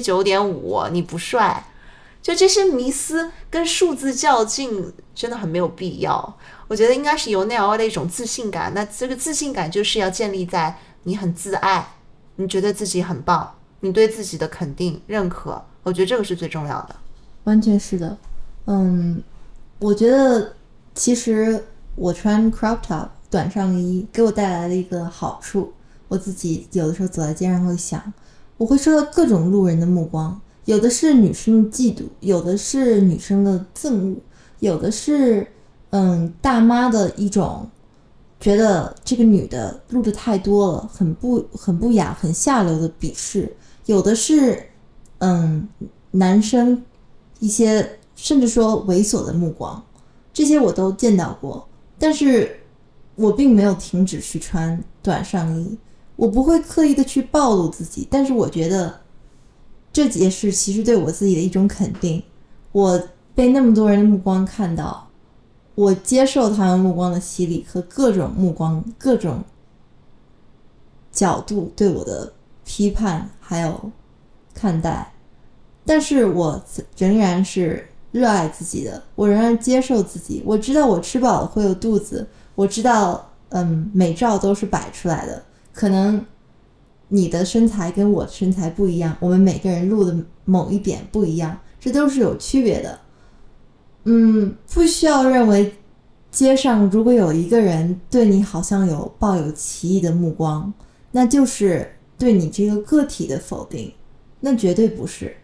9.5你不帅。就这些迷思跟数字较劲真的很没有必要。我觉得应该是由内而外的一种自信感，那这个自信感就是要建立在你很自爱，你觉得自己很棒，你对自己的肯定认可，我觉得这个是最重要的。 完全是的。我觉得其实我穿 crop top 短上衣给我带来的一个好处，我自己有的时候走在街上会想，我会受到各种路人的目光，有的是女生的嫉妒，有的是女生的憎恶，有的是大妈的一种觉得这个女的录的太多了，很不雅很下流的鄙视，有的是男生一些甚至说猥琐的目光，这些我都见到过。但是我并没有停止去穿短上衣，我不会刻意的去暴露自己，但是我觉得这也是其实对我自己的一种肯定。我被那么多人的目光看到，我接受他们目光的洗礼和各种目光各种角度对我的批判还有看待，但是我仍然是热爱自己的，我仍然接受自己。我知道我吃饱了会有肚子，我知道美照都是摆出来的，可能你的身材跟我的身材不一样，我们每个人录的某一点不一样，这都是有区别的。不需要认为街上如果有一个人对你好像抱有奇异的目光，那就是对你这个个体的否定。 那绝对不是。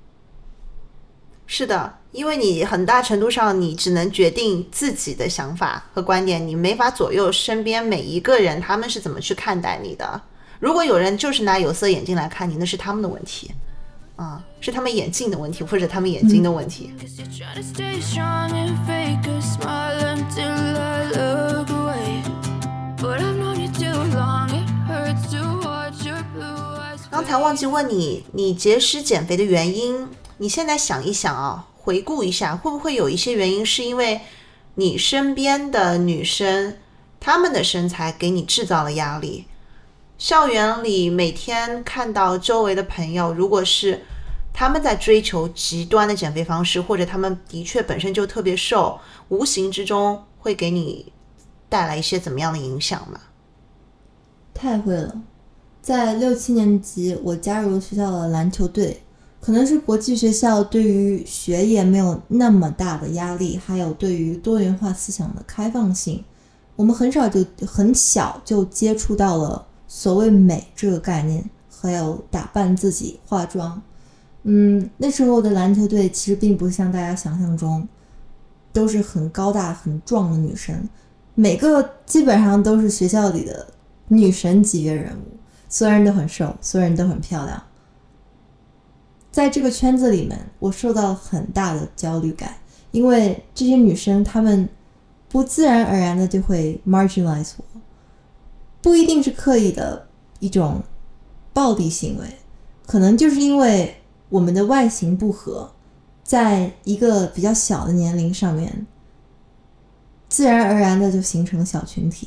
是的，因为你很大程度上你只能决定自己的想法和观点，你没法左右身边每一个人他们是怎么去看待你的。如果有人就是拿有色眼镜来看你，那是他们的问题是他们眼镜的问题或者他们眼睛的问题。 Cause you're trying to stay strong and fake a smile until I look away. But I've known you too long, it hurts to watch your blue eyes. 刚才忘记问你，你节食减肥的原因，你现在想一想回顾一下，会不会有一些原因是因为你身边的女生她们的身材给你制造了压力？校园里每天看到周围的朋友，如果是他们在追求极端的减肥方式，或者他们的确本身就特别瘦，无形之中会给你带来一些怎么样的影响吗？ 太会了。在6、7年级，我加入了学校的篮球队，可能是国际学校对于学业没有那么大的压力，还有对于多元化思想的开放性，我们很小就接触到了所谓美这个概念，还有打扮自己、化妆。那时候的篮球队其实并不像大家想象中都是很高大很壮的女生，每个基本上都是学校里的女神级别人物，所有人都很瘦，所有人都很漂亮。在这个圈子里面，我受到了很大的焦虑感，因为这些女生她们不自然而然的就会 marginalize 我，不一定是刻意的一种暴力行为，可能就是因为我们的外形不合，在一个比较小的年龄上面，自然而然的就形成了小群体。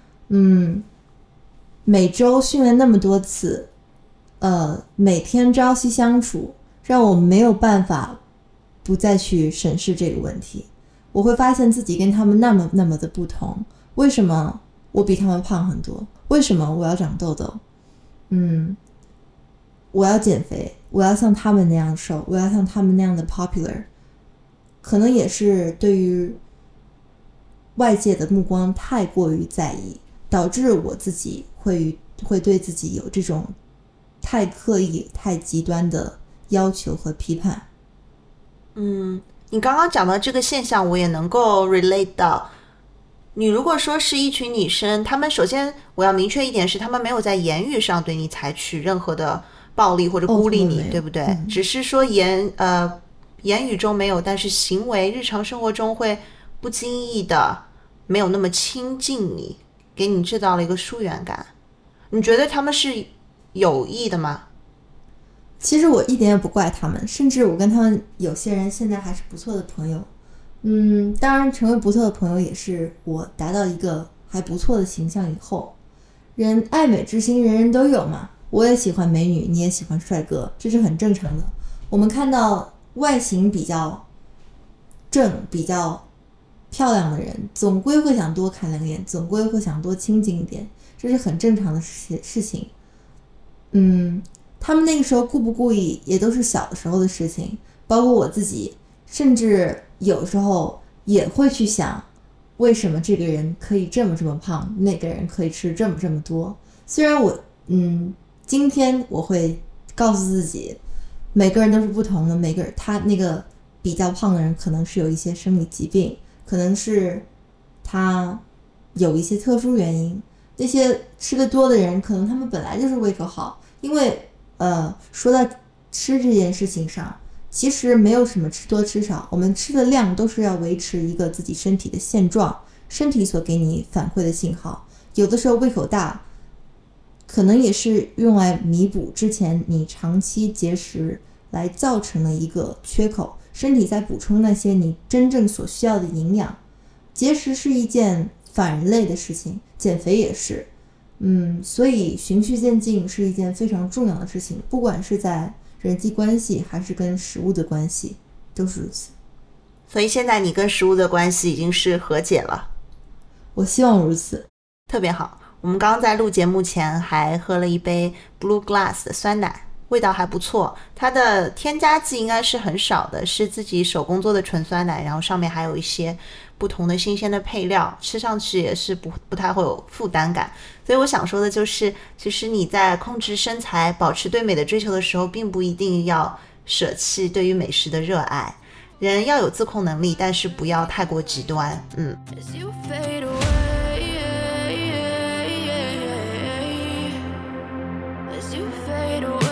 每周训练那么多次，每天朝夕相处，让我没有办法不再去审视这个问题。我会发现自己跟他们那么的不同，为什么我比他们胖很多？为什么我要长痘痘？我要减肥，我要像他们那样瘦，我要像他们那样的 popular。 可能也是对于外界的目光太过于在意，导致我自己会对自己有这种太刻意太极端的要求和批判。 你刚刚讲到这个现象，我也能够 relate 到。你如果说是一群女生，她们首先我要明确一点是，她们没有在言语上对你采取任何的暴力或者孤立你，对不对？只是说言语中没有，但是行为日常生活中会不经意的没有那么亲近你，给你制造了一个疏远感。你觉得他们是有意的吗？ 其实我一点也不怪他们，甚至我跟他们有些人现在还是不错的朋友。当然成为不错的朋友也是我达到一个还不错的形象以后。人爱美之心人人都有嘛，我也喜欢美女，你也喜欢帅哥，这是很正常的。我们看到外形比较正比较漂亮的人，总归会想多看两眼，总归会想多亲近一点，这是很正常的事情。他们那个时候故不故意也都是小的时候的事情，包括我自己，甚至有时候也会去想，为什么这个人可以这么胖，那个人可以吃这么多。虽然我今天我会告诉自己每个人都是不同的，每个人他那个比较胖的人可能是有一些生理疾病，可能是他有一些特殊原因，那些吃得多的人可能他们本来就是胃口好。因为说到吃这件事情上，其实没有什么吃多吃少，我们吃的量都是要维持一个自己身体的现状，身体所给你反馈的信号。有的时候胃口大可能也是用来弥补之前你长期节食来造成的一个缺口，身体在补充那些你真正所需要的营养。节食是一件反人类的事情，减肥也是。所以循序渐进是一件非常重要的事情，不管是在人际关系还是跟食物的关系都是如此。 所以现在你跟食物的关系已经是和解了？ 我希望如此。 特别好。我们刚刚在录节目前还喝了一杯 Blue Glass 的酸奶，味道还不错，它的添加剂应该是很少的，是自己手工做的纯酸奶，然后上面还有一些不同的新鲜的配料，吃上去也是不太会有负担感。所以我想说的就是，其实你在控制身材、保持对美的追求的时候，并不一定要舍弃对于美食的热爱。人要有自控能力，但是不要太过极端。 As you fade away, as you fade away.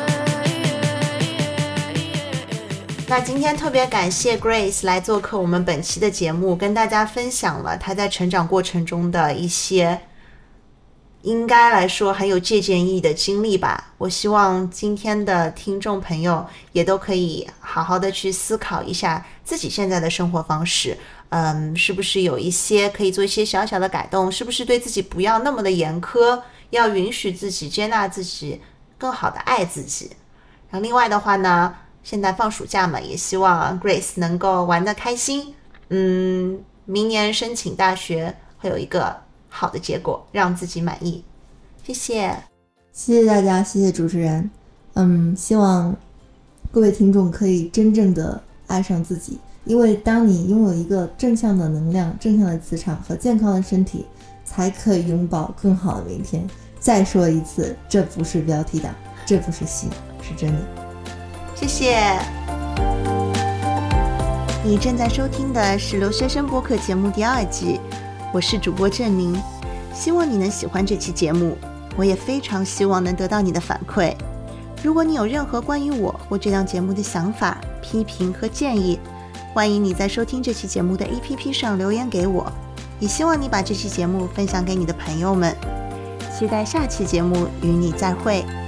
那今天特别感谢 Grace 来做客我们本期的节目，跟大家分享了她在成长过程中的一些应该来说很有借鉴意义的经历吧。我希望今天的听众朋友也都可以好好的去思考一下自己现在的生活方式，是不是有一些可以做一些小小的改动，是不是对自己不要那么的严苛，要允许自己，接纳自己，更好的爱自己。然后另外的话呢，现在放暑假嘛，也希望 Grace 能够玩得开心，明年申请大学会有一个好的结果，让自己满意。谢谢， 谢谢大家，谢谢主持人。希望各位听众可以真正的爱上自己，因为当你拥有一个正向的能量、正向的磁场和健康的身体，才可以拥抱更好的明天。再说一次，这不是标题党，这不是戏，是真的。 谢谢。你正在收听的是留学生播客节目第2季，我是主播郑宁，希望你能喜欢这期节目，我也非常希望能得到你的反馈。如果你有任何关于我或这档节目的想法、批评和建议，欢迎你在收听这期节目的 APP 上留言给我，也希望你把这期节目分享给你的朋友们。期待下期节目与你再会。